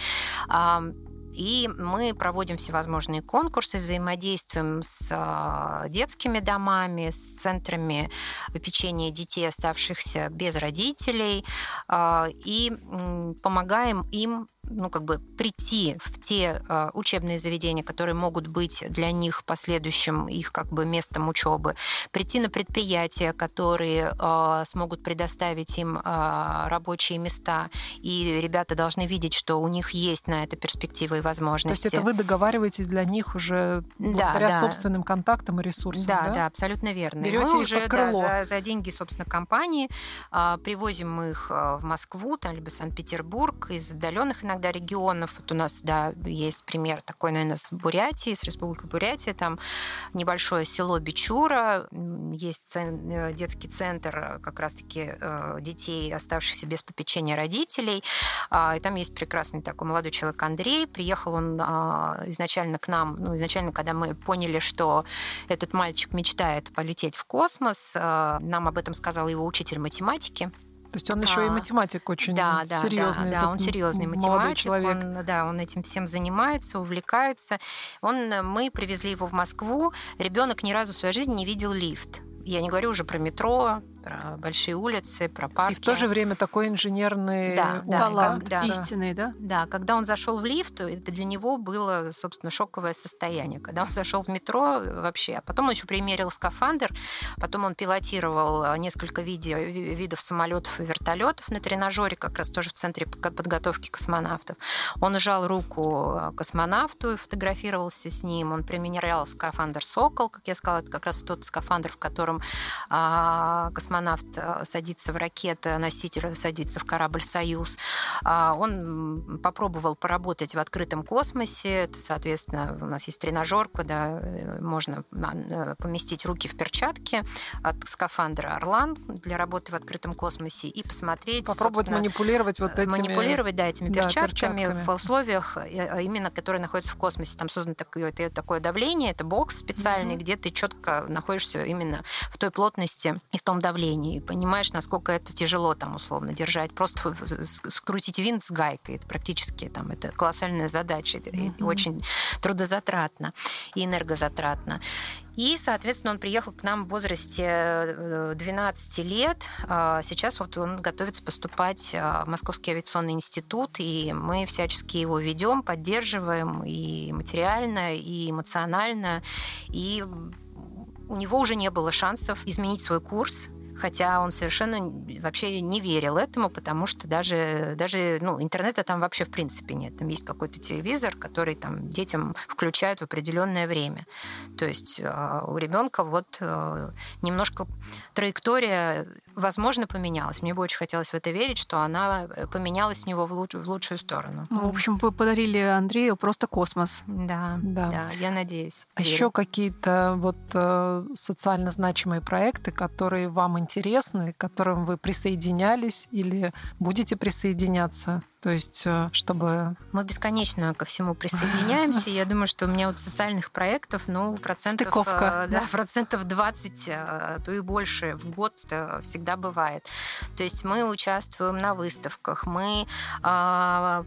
И мы проводим всевозможные конкурсы, взаимодействуем с детскими домами, с центрами попечения детей, оставшихся без родителей, и помогаем им ну, как бы прийти в те э, учебные заведения, которые могут быть для них последующим их как бы местом учебы, прийти на предприятия, которые э, смогут предоставить им э, рабочие места, и ребята должны видеть, что у них есть на это перспективы и возможности. То есть это вы договариваетесь для них уже благодаря да, да. собственным контактам и ресурсам, да? Да, да, абсолютно верно. Берете мы уже под крыло. Да, за, за деньги, собственно, компании э, привозим их в Москву, там, либо Санкт-Петербург, из отдаленных иногда регионов. Вот у нас, да, есть пример такой, наверное, с Бурятией, с Республикой Бурятия. Там небольшое село Бичура, есть цен, детский центр как раз-таки детей, оставшихся без попечения родителей. И там есть прекрасный такой молодой человек Андрей. Приехал он изначально к нам, ну, изначально, когда мы поняли, что этот мальчик мечтает полететь в космос, нам об этом сказал его учитель математики. То есть он еще а, и математик очень да, серьезный. Да, да, он серьезный математик, человек. Он, да, он этим всем занимается, увлекается. Он, мы привезли его в Москву. Ребенок ни разу в своей жизни не видел лифт. Я не говорю уже про метро, про большие улицы, про парки. И в то же время такой инженерный да, ум, да, талант да, истинный, да? Да, когда он зашел в лифт, это для него было, собственно, шоковое состояние. Когда он зашел в метро вообще, а потом он еще примерил скафандр, потом он пилотировал несколько видео, видов самолетов и вертолетов на тренажере, как раз тоже в центре подготовки космонавтов. Он сжал руку космонавту и фотографировался с ним. Он примерял скафандр «Сокол», как я сказала, это как раз тот скафандр, в котором а, космонавт космонавт садится в ракетоноситель, садится в корабль «Союз», он попробовал поработать в открытом космосе. Это, соответственно, у нас есть тренажер, куда можно поместить руки в перчатки от скафандра «Орлан» для работы в открытом космосе и посмотреть... Попробовать манипулировать вот этими... Манипулировать, да, этими да, перчатками, перчатками в условиях, именно которые находятся в космосе. Там создано такое, такое давление, это бокс специальный, mm-hmm. где ты четко находишься именно в той плотности и в том давлении. И понимаешь, насколько это тяжело там условно держать. Просто скрутить винт с гайкой. Это практически там, это колоссальная задача. Mm-hmm. И очень трудозатратно и энергозатратно. И, соответственно, он приехал к нам в возрасте двенадцати лет. Сейчас вот он готовится поступать в Московский авиационный институт, и мы всячески его ведем, поддерживаем и материально, и эмоционально. И у него уже не было шансов изменить свой курс, хотя он совершенно вообще не верил этому, потому что даже, даже ну, интернета там вообще в принципе нет. Там есть какой-то телевизор, который там детям включают в определенное время. То есть у ребенка вот немножко траектория, возможно, поменялась. Мне бы очень хотелось в это верить, что она поменялась у него в, луч, в лучшую сторону. Ну, в общем, вы подарили Андрею просто космос. Да, да, да, я надеюсь. А еще какие-то вот социально значимые проекты, которые вам интересны, к которым вы присоединялись или будете присоединяться? То есть, чтобы... Мы бесконечно ко всему присоединяемся. Я думаю, что у меня вот социальных проектов, ну, процентов, Стыковка, да, да? процентов двадцать, а то и больше в год всегда бывает. То есть мы участвуем на выставках, мы э,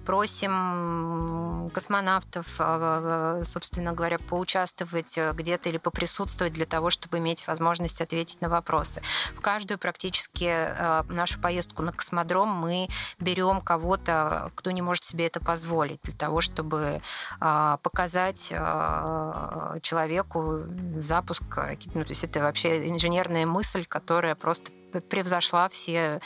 просим космонавтов, э, собственно говоря, поучаствовать где-то или поприсутствовать для того, чтобы иметь возможность ответить на вопросы. В каждую практически э, нашу поездку на космодром мы берем кого-то, кто не может себе это позволить, для того, чтобы э, показать э, человеку запуск ракеты. Ну, то есть это вообще инженерная мысль, которая просто превзошла все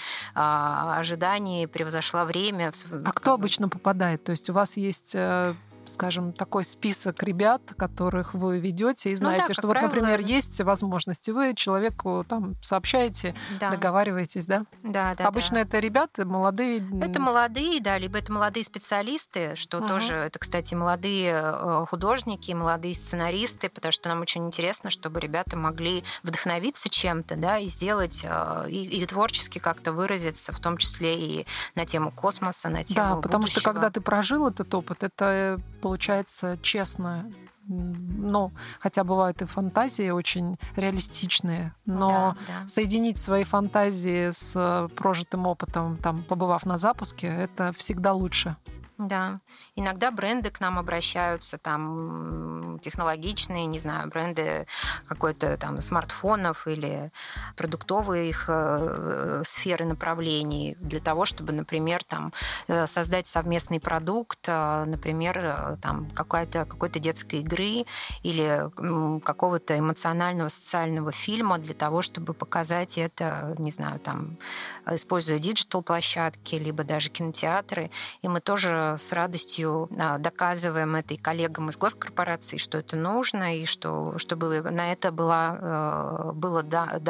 э, ожидания, превзошла время. А кто обычно попадает? То есть у вас есть... Э... скажем, такой список ребят, которых вы ведете, и знаете, ну, да, что вот, правило... например, есть возможности, вы человеку там сообщаете, да. договариваетесь, да? Да, да. Обычно да. это ребята молодые. Это молодые, да, либо это молодые специалисты, что uh-huh. тоже, это, кстати, молодые художники, молодые сценаристы, потому что нам очень интересно, чтобы ребята могли вдохновиться чем-то, да, и сделать, и, и творчески как-то выразиться, в том числе и на тему космоса, на тему Да, потому будущего. что когда ты прожил этот опыт, это получается честно. Ну, хотя бывают и фантазии очень реалистичные, но да, да. соединить свои фантазии с прожитым опытом, там, побывав на запуске, это всегда лучше. Да. Иногда бренды к нам обращаются, там, технологичные, не знаю, бренды какой-то там смартфонов или продуктовые их э, сферы направлений для того, чтобы, например, там, создать совместный продукт, э, например, там, какой-то, какой-то детской игры или э, какого-то эмоционального социального фильма для того, чтобы показать это, не знаю, там, используя диджитал-площадки, либо даже кинотеатры. И мы тоже с радостью доказываем это и коллегам из госкорпораций, что это нужно, и что, чтобы на это было, было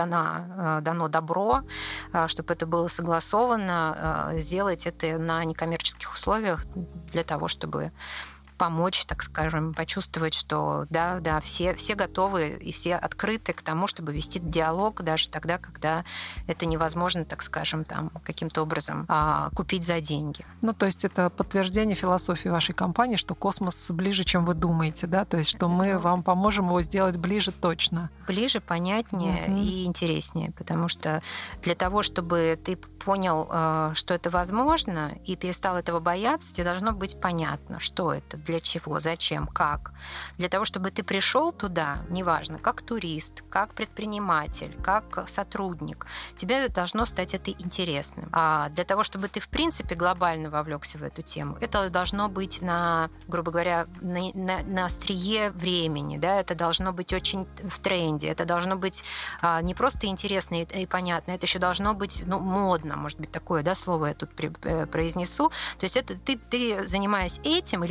дано, дано добро, чтобы это было согласовано, сделать это на некоммерческих условиях для того, чтобы помочь, так скажем, почувствовать, что да, да, все, все готовы и все открыты к тому, чтобы вести диалог даже тогда, когда это невозможно, так скажем, там, каким-то образом а, купить за деньги. Ну, то есть это подтверждение философии вашей компании, что космос ближе, чем вы думаете, да? То есть что мы вам поможем его сделать ближе точно. Ближе, понятнее mm-hmm. и интереснее, потому что для того, чтобы ты понял, что это возможно, и перестал этого бояться, тебе должно быть понятно, что это, для чего, зачем, как. Для того, чтобы ты пришел туда, неважно, как турист, как предприниматель, как сотрудник, тебе должно стать это интересным. А для того, чтобы ты, в принципе, глобально вовлекся в эту тему, это должно быть на, грубо говоря, на, на, на острие времени, да, это должно быть очень в тренде, это должно быть а, не просто интересно и, и понятно, это еще должно быть, ну, модно, может быть, такое, да, слово я тут при, э, произнесу. То есть это ты, ты, занимаясь этим или интересуешься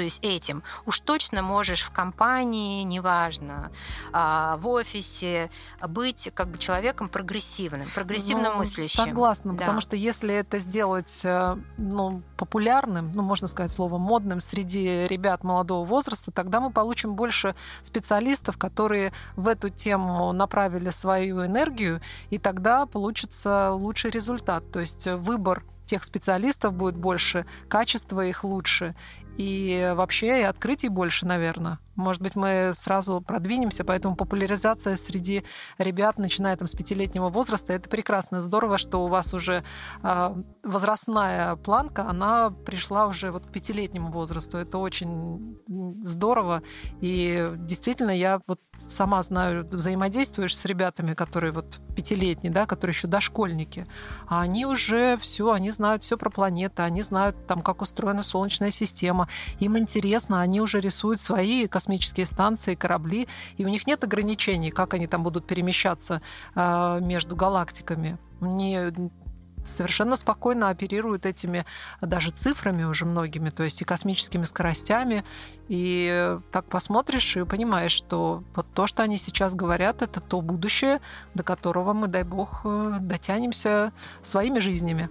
пользуясь этим, уж точно можешь в компании, неважно, в офисе быть как бы человеком прогрессивным, прогрессивно ну, мыслящим. Согласна, да. потому что если это сделать ну, популярным, ну, можно сказать слово модным среди ребят молодого возраста, тогда мы получим больше специалистов, которые в эту тему направили свою энергию, и тогда получится лучший результат. То есть выбор тех специалистов будет больше, качество их лучше, и вообще и открытий больше, наверное. Может быть, мы сразу продвинемся, поэтому популяризация среди ребят, начиная там, с пятилетнего возраста, это прекрасно. Здорово, что у вас уже э, возрастная планка, она пришла уже вот к пятилетнему возрасту. Это очень здорово. И действительно, я вот сама знаю, взаимодействуешь с ребятами, которые вот пятилетние, да, которые еще дошкольники, а они уже все, они знают все про планеты, они знают, там, как устроена Солнечная система. Им интересно, они уже рисуют свои космические станции, корабли, и у них нет ограничений, как они там будут перемещаться э, между галактиками. Они совершенно спокойно оперируют этими даже цифрами уже многими, то есть и космическими скоростями. И так посмотришь и понимаешь, что вот то, что они сейчас говорят, это то будущее, до которого мы, дай бог, дотянемся своими жизнями.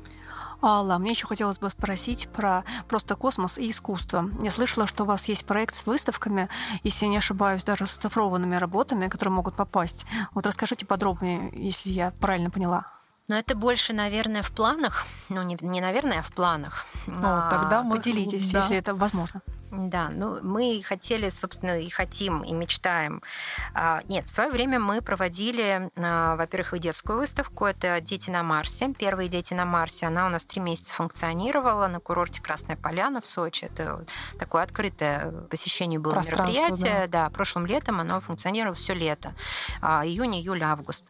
Алла, мне еще хотелось бы спросить про просто космос и искусство. Я слышала, что у вас есть проект с выставками, если не ошибаюсь, даже с оцифрованными работами, которые могут попасть. Вот расскажите подробнее, если я правильно поняла. Но это больше, наверное, в планах. Ну, не, не наверное, а в планах. Ну, тогда мы... Поделитесь, да. Если это возможно. Да, ну мы хотели, собственно, и хотим, и мечтаем. Нет, в свое время мы проводили, во-первых, и детскую выставку. Это «Дети на Марсе». Первые «Дети на Марсе». Она у нас три месяца функционировала на курорте Красная Поляна в Сочи. Это такое открытое посещение было мероприятие. Да. да, прошлым летом оно функционировало все лето. Июнь, июль, август.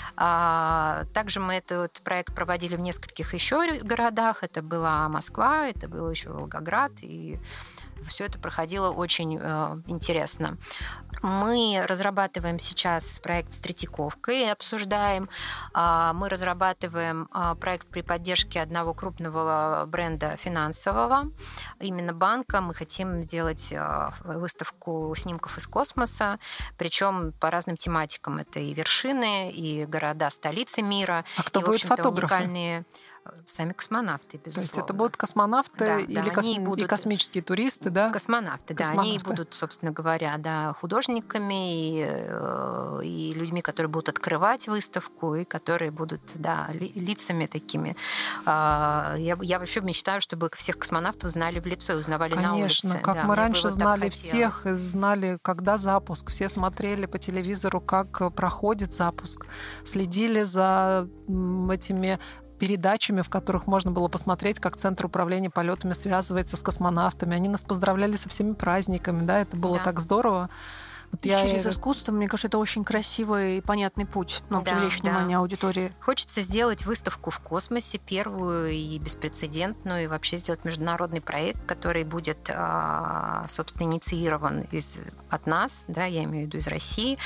Также мы этот проект проводили в нескольких еще городах. Это была Москва, это был еще Волгоград, и все это проходило очень э, интересно. Мы разрабатываем сейчас проект с Третьяковкой и обсуждаем. Э, мы разрабатываем э, проект при поддержке одного крупного бренда финансового, именно банка. Мы хотим сделать э, выставку снимков из космоса, причем по разным тематикам. Это и вершины, и города, столицы мира. А кто и, будет фотографы? Уникальные... Сами космонавты, безусловно. То есть это будут космонавты да, или да, косм... будут... и космические туристы, да? Космонавты, космонавты, да. Они будут, собственно говоря, да, художниками и, и людьми, которые будут открывать выставку, и которые будут, да, лицами такими. Я, я вообще мечтаю, чтобы всех космонавтов знали в лицо и узнавали Конечно, на улице. Конечно, как да, мы раньше знали всех, хотелось. знали, когда запуск, все смотрели по телевизору, как проходит запуск, следили за этими передачами, в которых можно было посмотреть, как Центр управления полетами связывается с космонавтами. Они нас поздравляли со всеми праздниками, да, это было да. так здорово. Вот я... Через искусство, мне кажется, это очень красивый и понятный путь, ну, да, привлечь да. внимание аудитории. Хочется сделать выставку в космосе, первую и беспрецедентную, и вообще сделать международный проект, который будет, собственно, инициирован из, от нас, да, я имею в виду из России.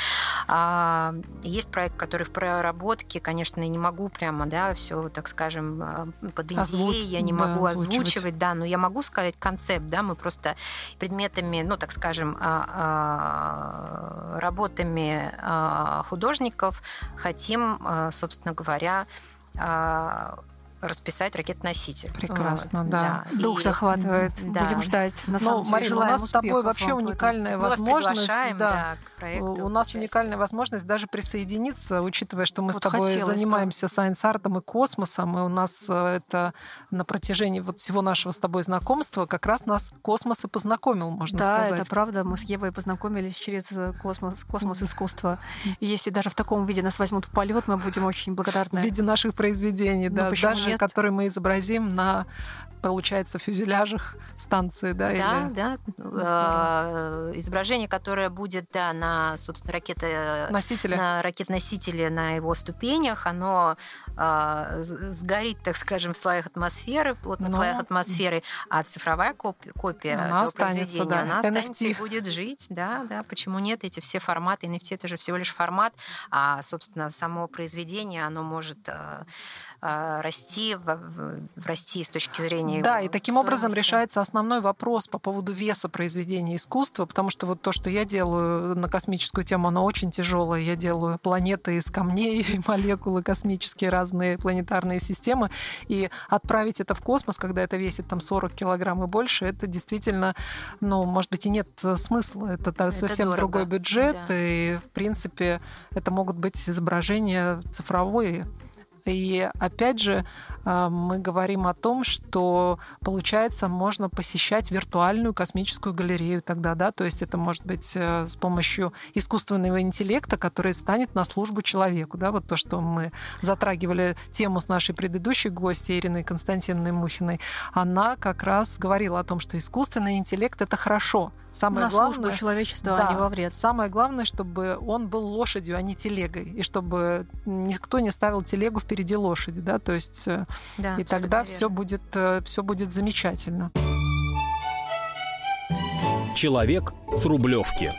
Есть проект, который в проработке, конечно, я не могу прямо, да, все, так скажем, под идеей, я не могу да, озвучивать. озвучивать, да, но я могу сказать концепт, да, мы просто предметами, ну, так скажем, работами художников хотим, собственно говоря, расписать ракет-носитель. Прекрасно, вот, да. да. Дух и... захватывает. Да. Будем ждать. На ну, Марина, у нас с тобой вообще уникальная Мы возможность. Да, да, к проекту, у нас уникальная возможность даже присоединиться, учитывая, что мы вот с тобой занимаемся бы. сайенс-артом и космосом, и у нас это на протяжении вот всего нашего с тобой знакомства как раз нас космос и познакомил, можно да, сказать. Да, это правда. Мы с Евой познакомились через космос, космос искусства. И если даже в таком виде нас возьмут в полет, мы будем очень благодарны. В виде наших произведений, да. Даже нет? которые мы изобразим на, получается, фюзеляжах станции, да? Да, или... да. Э, изображение, которое будет, да, на, собственно, ракете... Носителе. На ракет-носителе, на его ступенях, оно э, сгорит, так скажем, в слоях атмосферы, в плотных Но... слоях атмосферы, а цифровая копия, копия она этого произведения, да. она эн эф останется ти. И будет жить, да, да. Почему нет? Эти все форматы, эн эф ти — это же всего лишь формат, а, собственно, само произведение, оно может... Э, расти, расти с точки зрения Да, и таким стоимости. образом решается основной вопрос по поводу веса произведения искусства, потому что вот то, что я делаю на космическую тему, оно очень тяжелое. Я делаю планеты из камней, молекулы космические, разные планетарные системы, и отправить это в космос, когда это весит там сорок килограмм и больше, это действительно, ну, может быть, и нет смысла. Это, это совсем дорого. Другой бюджет, Да. и, в принципе, это могут быть изображения цифровые. И опять же, мы говорим о том, что, получается, можно посещать виртуальную космическую галерею тогда, да, то есть это может быть с помощью искусственного интеллекта, который станет на службу человеку, да, вот то, что мы затрагивали тему с нашей предыдущей гостьей Ириной Константиновной Мухиной, она как раз говорила о том, что искусственный интеллект — это хорошо. Самое на главное, службу человечества, да, а не во вред. Самое главное, чтобы он был лошадью, а не телегой, и чтобы никто не ставил телегу впереди лошади, да, то есть Да, и тогда верно. все будет, все будет замечательно. Человек с Рублевки.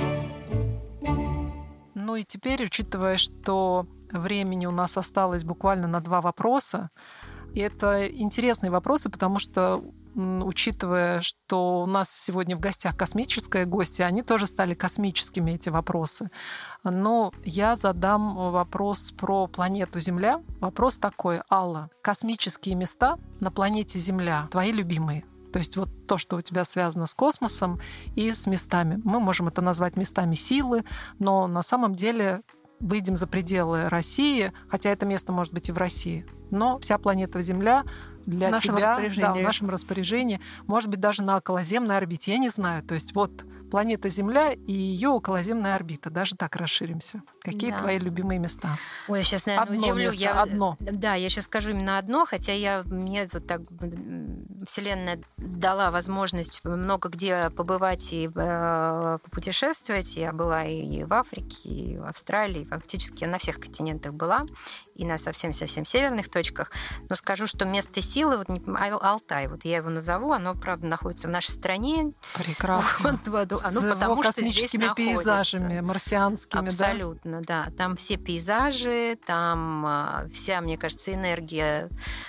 Ну и теперь, учитывая, что времени у нас осталось буквально на два вопроса, и это интересные вопросы, потому что, учитывая, что у нас сегодня в гостях космическая гостья, они тоже стали космическими, эти вопросы. Но я задам вопрос про планету Земля. Вопрос такой: Алла, космические места на планете Земля твои любимые? То есть вот то, что у тебя связано с космосом и с местами. Мы можем это назвать местами силы, но на самом деле выйдем за пределы России, хотя это место может быть и в России. Но вся планета Земля для в нашем тебя, распоряжении. да, в нашем распоряжении, может быть, даже на околоземной орбите. Я не знаю. То есть вот планета Земля и ее околоземная орбита. Даже так расширимся. Какие Да. твои любимые места? Ой, я сейчас, наверное, Одно удивлю. место, я, одно. Да, я сейчас скажу именно одно, хотя я, мне вот так м, Вселенная дала возможность много где побывать и э, попутешествовать. Я была и в Африке, и в Австралии, фактически на всех континентах была, и на совсем-совсем северных точках. Но скажу, что место силы, вот не- Ал- Алтай, вот я его назову, оно, правда, находится в нашей стране. Прекрасно. Вот в аду. С Ну, потому его что здесь космическими находится. пейзажами, марсианскими, Абсолютно, да. Там все пейзажи, там а, вся, мне кажется, энергия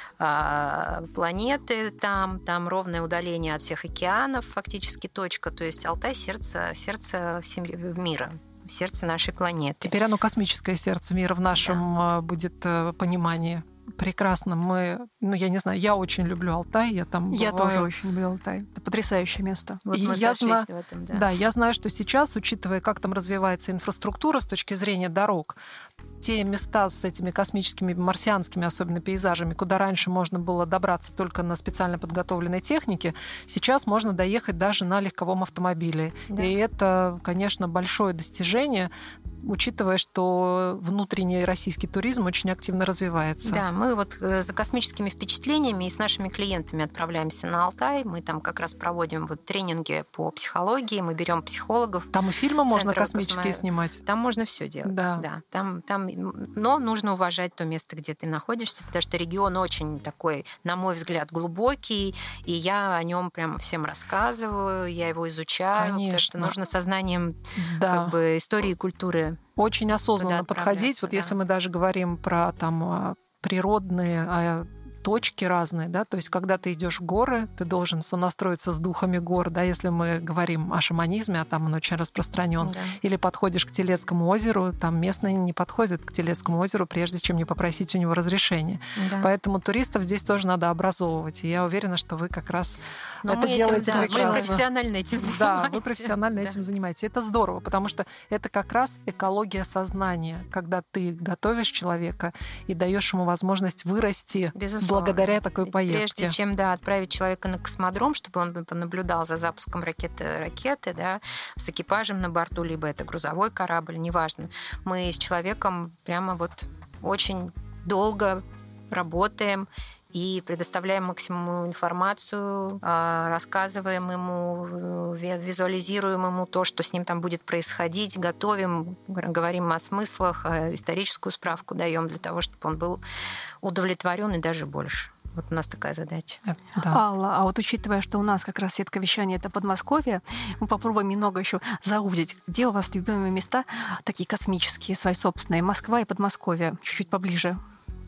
а, планеты, там, там ровное удаление от всех океанов, фактически точка. То есть Алтай — сердце, сердце всем- мира, сердце нашей планеты. Теперь оно космическое сердце мира в нашем э, будет э, понимании. Прекрасно. Мы, ну, я не знаю, я очень люблю Алтай, я там Я бываю. тоже очень люблю Алтай. Это потрясающее место. Вот И мы я сошлись зна- в этом, да. Да, я знаю, что сейчас, учитывая, как там развивается инфраструктура с точки зрения дорог, те места с этими космическими, марсианскими особенно пейзажами, куда раньше можно было добраться только на специально подготовленной технике, сейчас можно доехать даже на легковом автомобиле. Да. И это, конечно, большое достижение, учитывая, что внутренний российский туризм очень активно развивается. Да, мы вот э, за космическими впечатлениями и с нашими клиентами отправляемся на Алтай. Мы там как раз проводим вот тренинги по психологии, мы берем психологов. Там и фильмы можно Центра космические космо- снимать. Там можно все делать. Да. Там, там, но нужно уважать то место, где ты находишься, потому что регион очень такой, на мой взгляд, глубокий, и я о нем прямо всем рассказываю, я его изучаю, потому что Конечно. нужно сознанием Да. как бы, истории и культуры. Очень осознанно Куда подходить. отправляться, Вот да. если мы даже говорим про там а, природные а, точки разные, да, то есть когда ты идешь в горы, ты должен сонастроиться с духами гор, да, если мы говорим о шаманизме, а там он очень распространен. Да. Или подходишь к Телецкому озеру, там местные не подходят к Телецкому озеру, прежде чем не попросить у него разрешения. Да. Поэтому туристов здесь тоже надо образовывать. И я уверена, что вы как раз Но это мы этим, делаете да, мы прекрасно. профессионально этим Да, занимаемся. вы профессионально Да. этим занимаетесь. Это здорово, потому что это как раз экология сознания, когда ты готовишь человека и даешь ему возможность вырасти Безусловно. благодаря такой Ведь поездке. Прежде чем да, отправить человека на космодром, чтобы он понаблюдал за запуском ракеты, ракеты да, с экипажем на борту, либо это грузовой корабль, неважно. Мы с человеком прямо вот очень долго работаем и предоставляем максимум информацию, а, рассказываем ему, ви- визуализируем ему то, что с ним там будет происходить, готовим, говорим о смыслах, а историческую справку даем для того, чтобы он был удовлетворен и даже больше. Вот у нас такая задача. Э, Да. Алла, а вот учитывая, что у нас как раз сетка вещания — это Подмосковье, мы попробуем немного еще заудить. Где у вас любимые места, такие космические, свои собственные? Москва и Подмосковье, чуть-чуть поближе.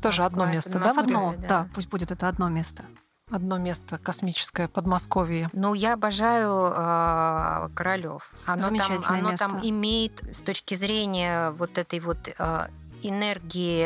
Тоже Москва, одно место, это да, Москва, Мария? Одно, да. да, пусть будет это одно место. Одно место космическое, Подмосковье. Ну, я обожаю э, Королёв. Оно, там, Замечательное оно место. там имеет с точки зрения вот этой вот э, энергии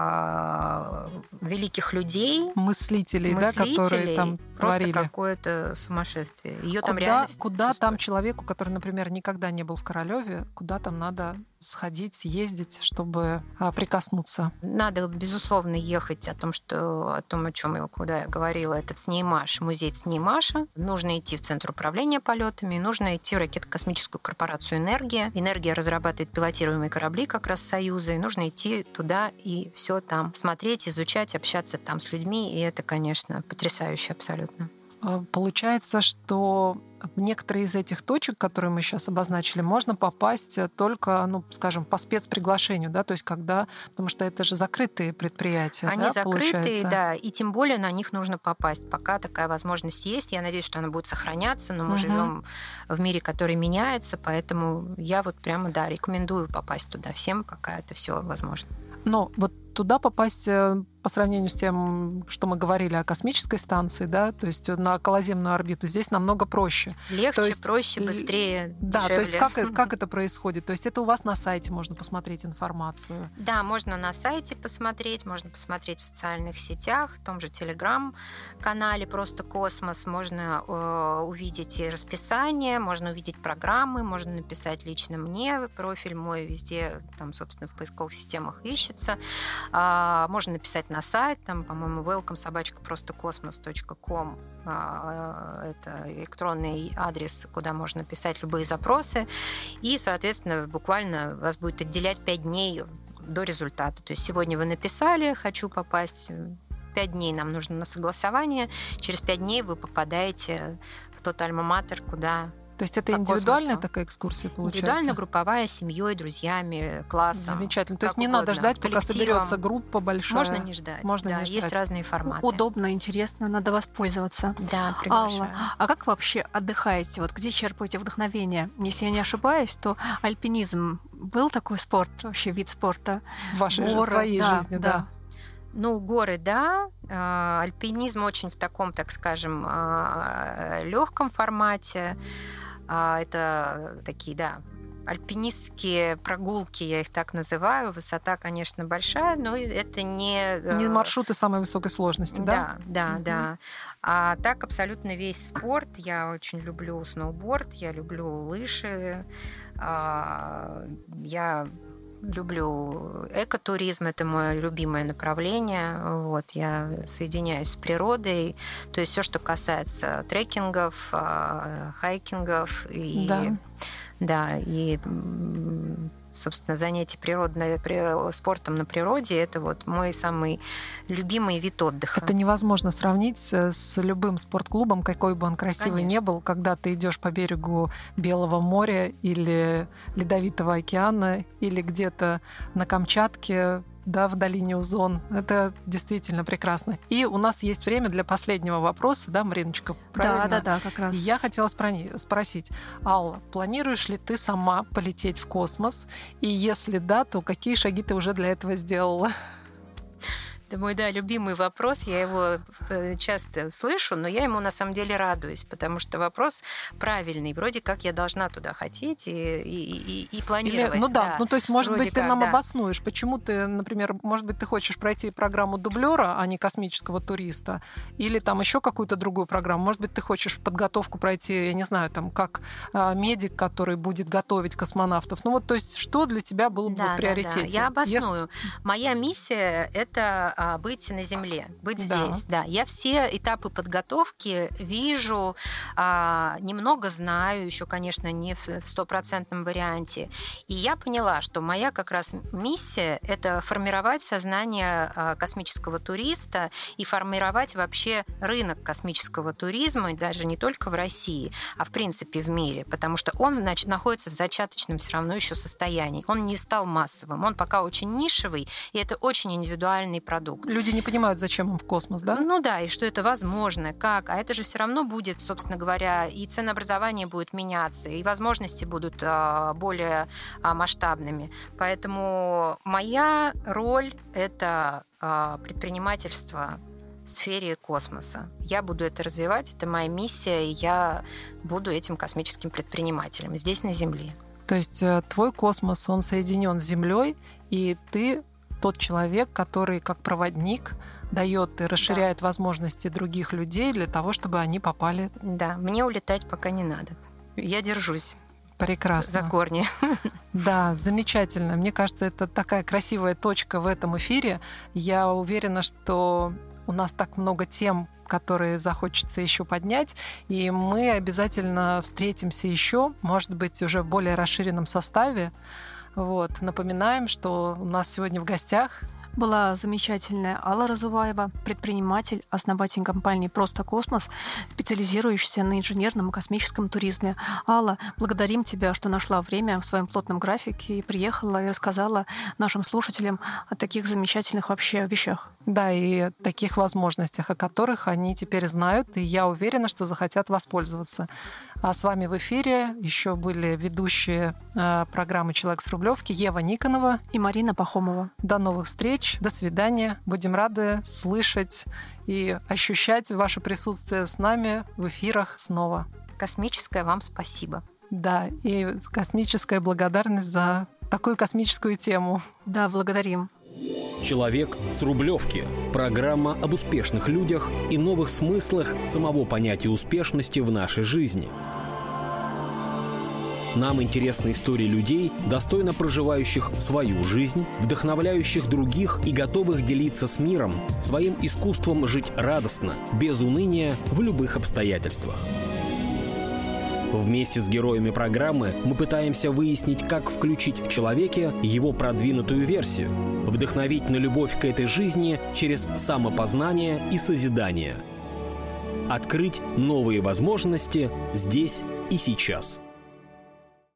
э, великих людей, Мыслителей, да, которые мыслителей, там просто творили. какое-то сумасшествие. Ее там Куда, реально куда там чувствуешь. человеку, который, например, никогда не был в Королёве, куда там надо сходить, съездить, чтобы а, прикоснуться? Надо, безусловно, ехать о том, что, о том, о чем я, куда я говорила, этот ЦНИИМАШ, музей ЦНИИМАШа. Нужно идти в Центр управления полетами, нужно идти в ракетно-космическую корпорацию «Энергия». «Энергия» разрабатывает пилотируемые корабли как раз Союза, и нужно идти туда и все там смотреть, изучать, общаться там с людьми, и это, конечно, потрясающе абсолютно. А, Получается, что в некоторые из этих точек, которые мы сейчас обозначили, можно попасть только, ну, скажем, по спецприглашению, да, то есть когда, потому что это же закрытые предприятия, Они да, закрытые, получается? да, и тем более на них нужно попасть. Пока такая возможность есть, я надеюсь, что она будет сохраняться, но мы Мгм. живем в мире, который меняется, поэтому я вот прямо, да, рекомендую попасть туда всем, пока это все возможно. Но вот туда попасть э, по сравнению с тем, что мы говорили о космической станции, да, то есть на околоземную орбиту, здесь намного проще. Легче, То есть проще, л- быстрее, Да, дешевле. то есть как, как это происходит? То есть это у вас на сайте можно посмотреть информацию. Да, можно на сайте посмотреть, можно посмотреть в социальных сетях, в том же Телеграм-канале «Просто космос». Можно э, увидеть и расписание, можно увидеть программы, можно написать лично мне. Профиль мой везде, там, собственно, в поисковых системах ищется. А, можно написать на сайт, там, по-моему, welcome собачка просто космос точка ком. Это электронный адрес, куда можно писать любые запросы. И, соответственно, буквально вас будет отделять пять дней до результата. То есть сегодня вы написали «хочу попасть», пять дней нам нужно на согласование, через пять дней вы попадаете в тот альма-матер, куда... То есть это По индивидуальная космосу. такая экскурсия получается? Индивидуально, групповая, с семьей, друзьями, классом. Замечательно. То есть как не угодно, надо ждать, пока коллективом. соберется группа большая. Можно не ждать. Можно да, не ждать. есть разные форматы. Удобно, интересно, надо воспользоваться. Да, приглашаю. Алла, а как вы вообще отдыхаете? Вот где черпаете вдохновение? Если я не ошибаюсь, то альпинизм был такой спорт, вообще вид спорта? В вашей Горы, в твоей да, жизни, да. Ну, горы, да. Э, Альпинизм очень в таком, так скажем, легком формате. А, Это такие, да, альпинистские прогулки, я их так называю. Высота, конечно, большая, но это не... э, Не маршруты самой высокой сложности, да? Да, да, Мгм. да. А так абсолютно весь спорт. Я очень люблю сноуборд, я люблю лыжи, а, я люблю экотуризм, это мое любимое направление. Вот, я соединяюсь с природой. То есть все, что касается трекингов, а, хайкингов и, Да. да, и м, собственно, занятие природной, при- спортом на природе – это вот мой самый любимый вид отдыха. Это невозможно сравнить с, с любым спортклубом, какой бы он красивый Конечно. ни был, когда ты идешь по берегу Белого моря или Ледовитого океана, или где-то на Камчатке, да, в долине Узон. Это действительно прекрасно. И у нас есть время для последнего вопроса, да, Мариночка? Правильно? Да, да, да, как раз. И Я хотела спро- спросить, Алла, планируешь ли ты сама полететь в космос? И если да, то какие шаги ты уже для этого сделала? Это мой, да, любимый вопрос. Я его э, часто слышу, но я ему на самом деле радуюсь, потому что вопрос правильный. Вроде как я должна туда хотеть и, и, и, и планировать. Или- ну да, ну то есть, может Вроде быть, ты как, нам да. обоснуешь, почему ты, например, может быть, ты хочешь пройти программу дублера, а не космического туриста, или там еще какую-то другую программу. Может быть, ты хочешь подготовку пройти, я не знаю, там, как а, медик, который будет готовить космонавтов. Ну вот, то есть, что для тебя было бы Да, в да, приоритете? да. Я обосную. Если- Моя миссия — это а, быть на Земле, быть Да. здесь. Да. Я все этапы подготовки вижу, а, немного знаю, еще, конечно, не в в стопроцентном варианте. И я поняла, что моя как раз миссия — это формировать сознание а, космического туриста и формировать вообще рынок космического туризма, и даже не только в России, а в принципе в мире, потому что он нач- находится в зачаточном все равно еще состоянии. Он не стал массовым, он пока очень нишевый, и это очень индивидуальный продукт. продукт. Люди не понимают, зачем им в космос, да? Ну да, и что это возможно, как. А это же все равно будет, собственно говоря, и ценообразование будет меняться, и возможности будут более масштабными. Поэтому моя роль — это предпринимательство в сфере космоса. Я буду это развивать, это моя миссия, и я буду этим космическим предпринимателем здесь, на Земле. То есть твой космос, он соединен с Землей, и ты тот человек, который как проводник дает и расширяет да. возможности других людей для того, чтобы они попали. Да, мне улетать пока не надо. Я держусь. Прекрасно. За корни. Да, замечательно. Мне кажется, это такая красивая точка в этом эфире. Я уверена, что у нас так много тем, которые захочется еще поднять, и мы обязательно встретимся еще, может быть, уже в более расширенном составе. Вот. Напоминаем, что у нас сегодня в гостях была замечательная Алла Разуваева, предприниматель, основатель компании «Просто космос», специализирующаяся на инженерном и космическом туризме. Алла, благодарим тебя, что нашла время в своем плотном графике и приехала и рассказала нашим слушателям о таких замечательных вообще вещах. Да, и о таких возможностях, о которых они теперь знают, и я уверена, что захотят воспользоваться. А с вами в эфире еще были ведущие э, программы «Человек с Рублевки» Ева Никонова и Марина Пахомова. До новых встреч, до свидания. Будем рады слышать и ощущать ваше присутствие с нами в эфирах снова. Космическое вам спасибо. Да, и космическая благодарность за такую космическую тему. Да, благодарим. «Человек с Рублевки» – программа об успешных людях и новых смыслах самого понятия успешности в нашей жизни. Нам интересны истории людей, достойно проживающих свою жизнь, вдохновляющих других и готовых делиться с миром своим искусством жить радостно, без уныния, в любых обстоятельствах. Вместе с героями программы мы пытаемся выяснить, как включить в человеке его продвинутую версию, вдохновить на любовь к этой жизни через самопознание и созидание, открыть новые возможности здесь и сейчас.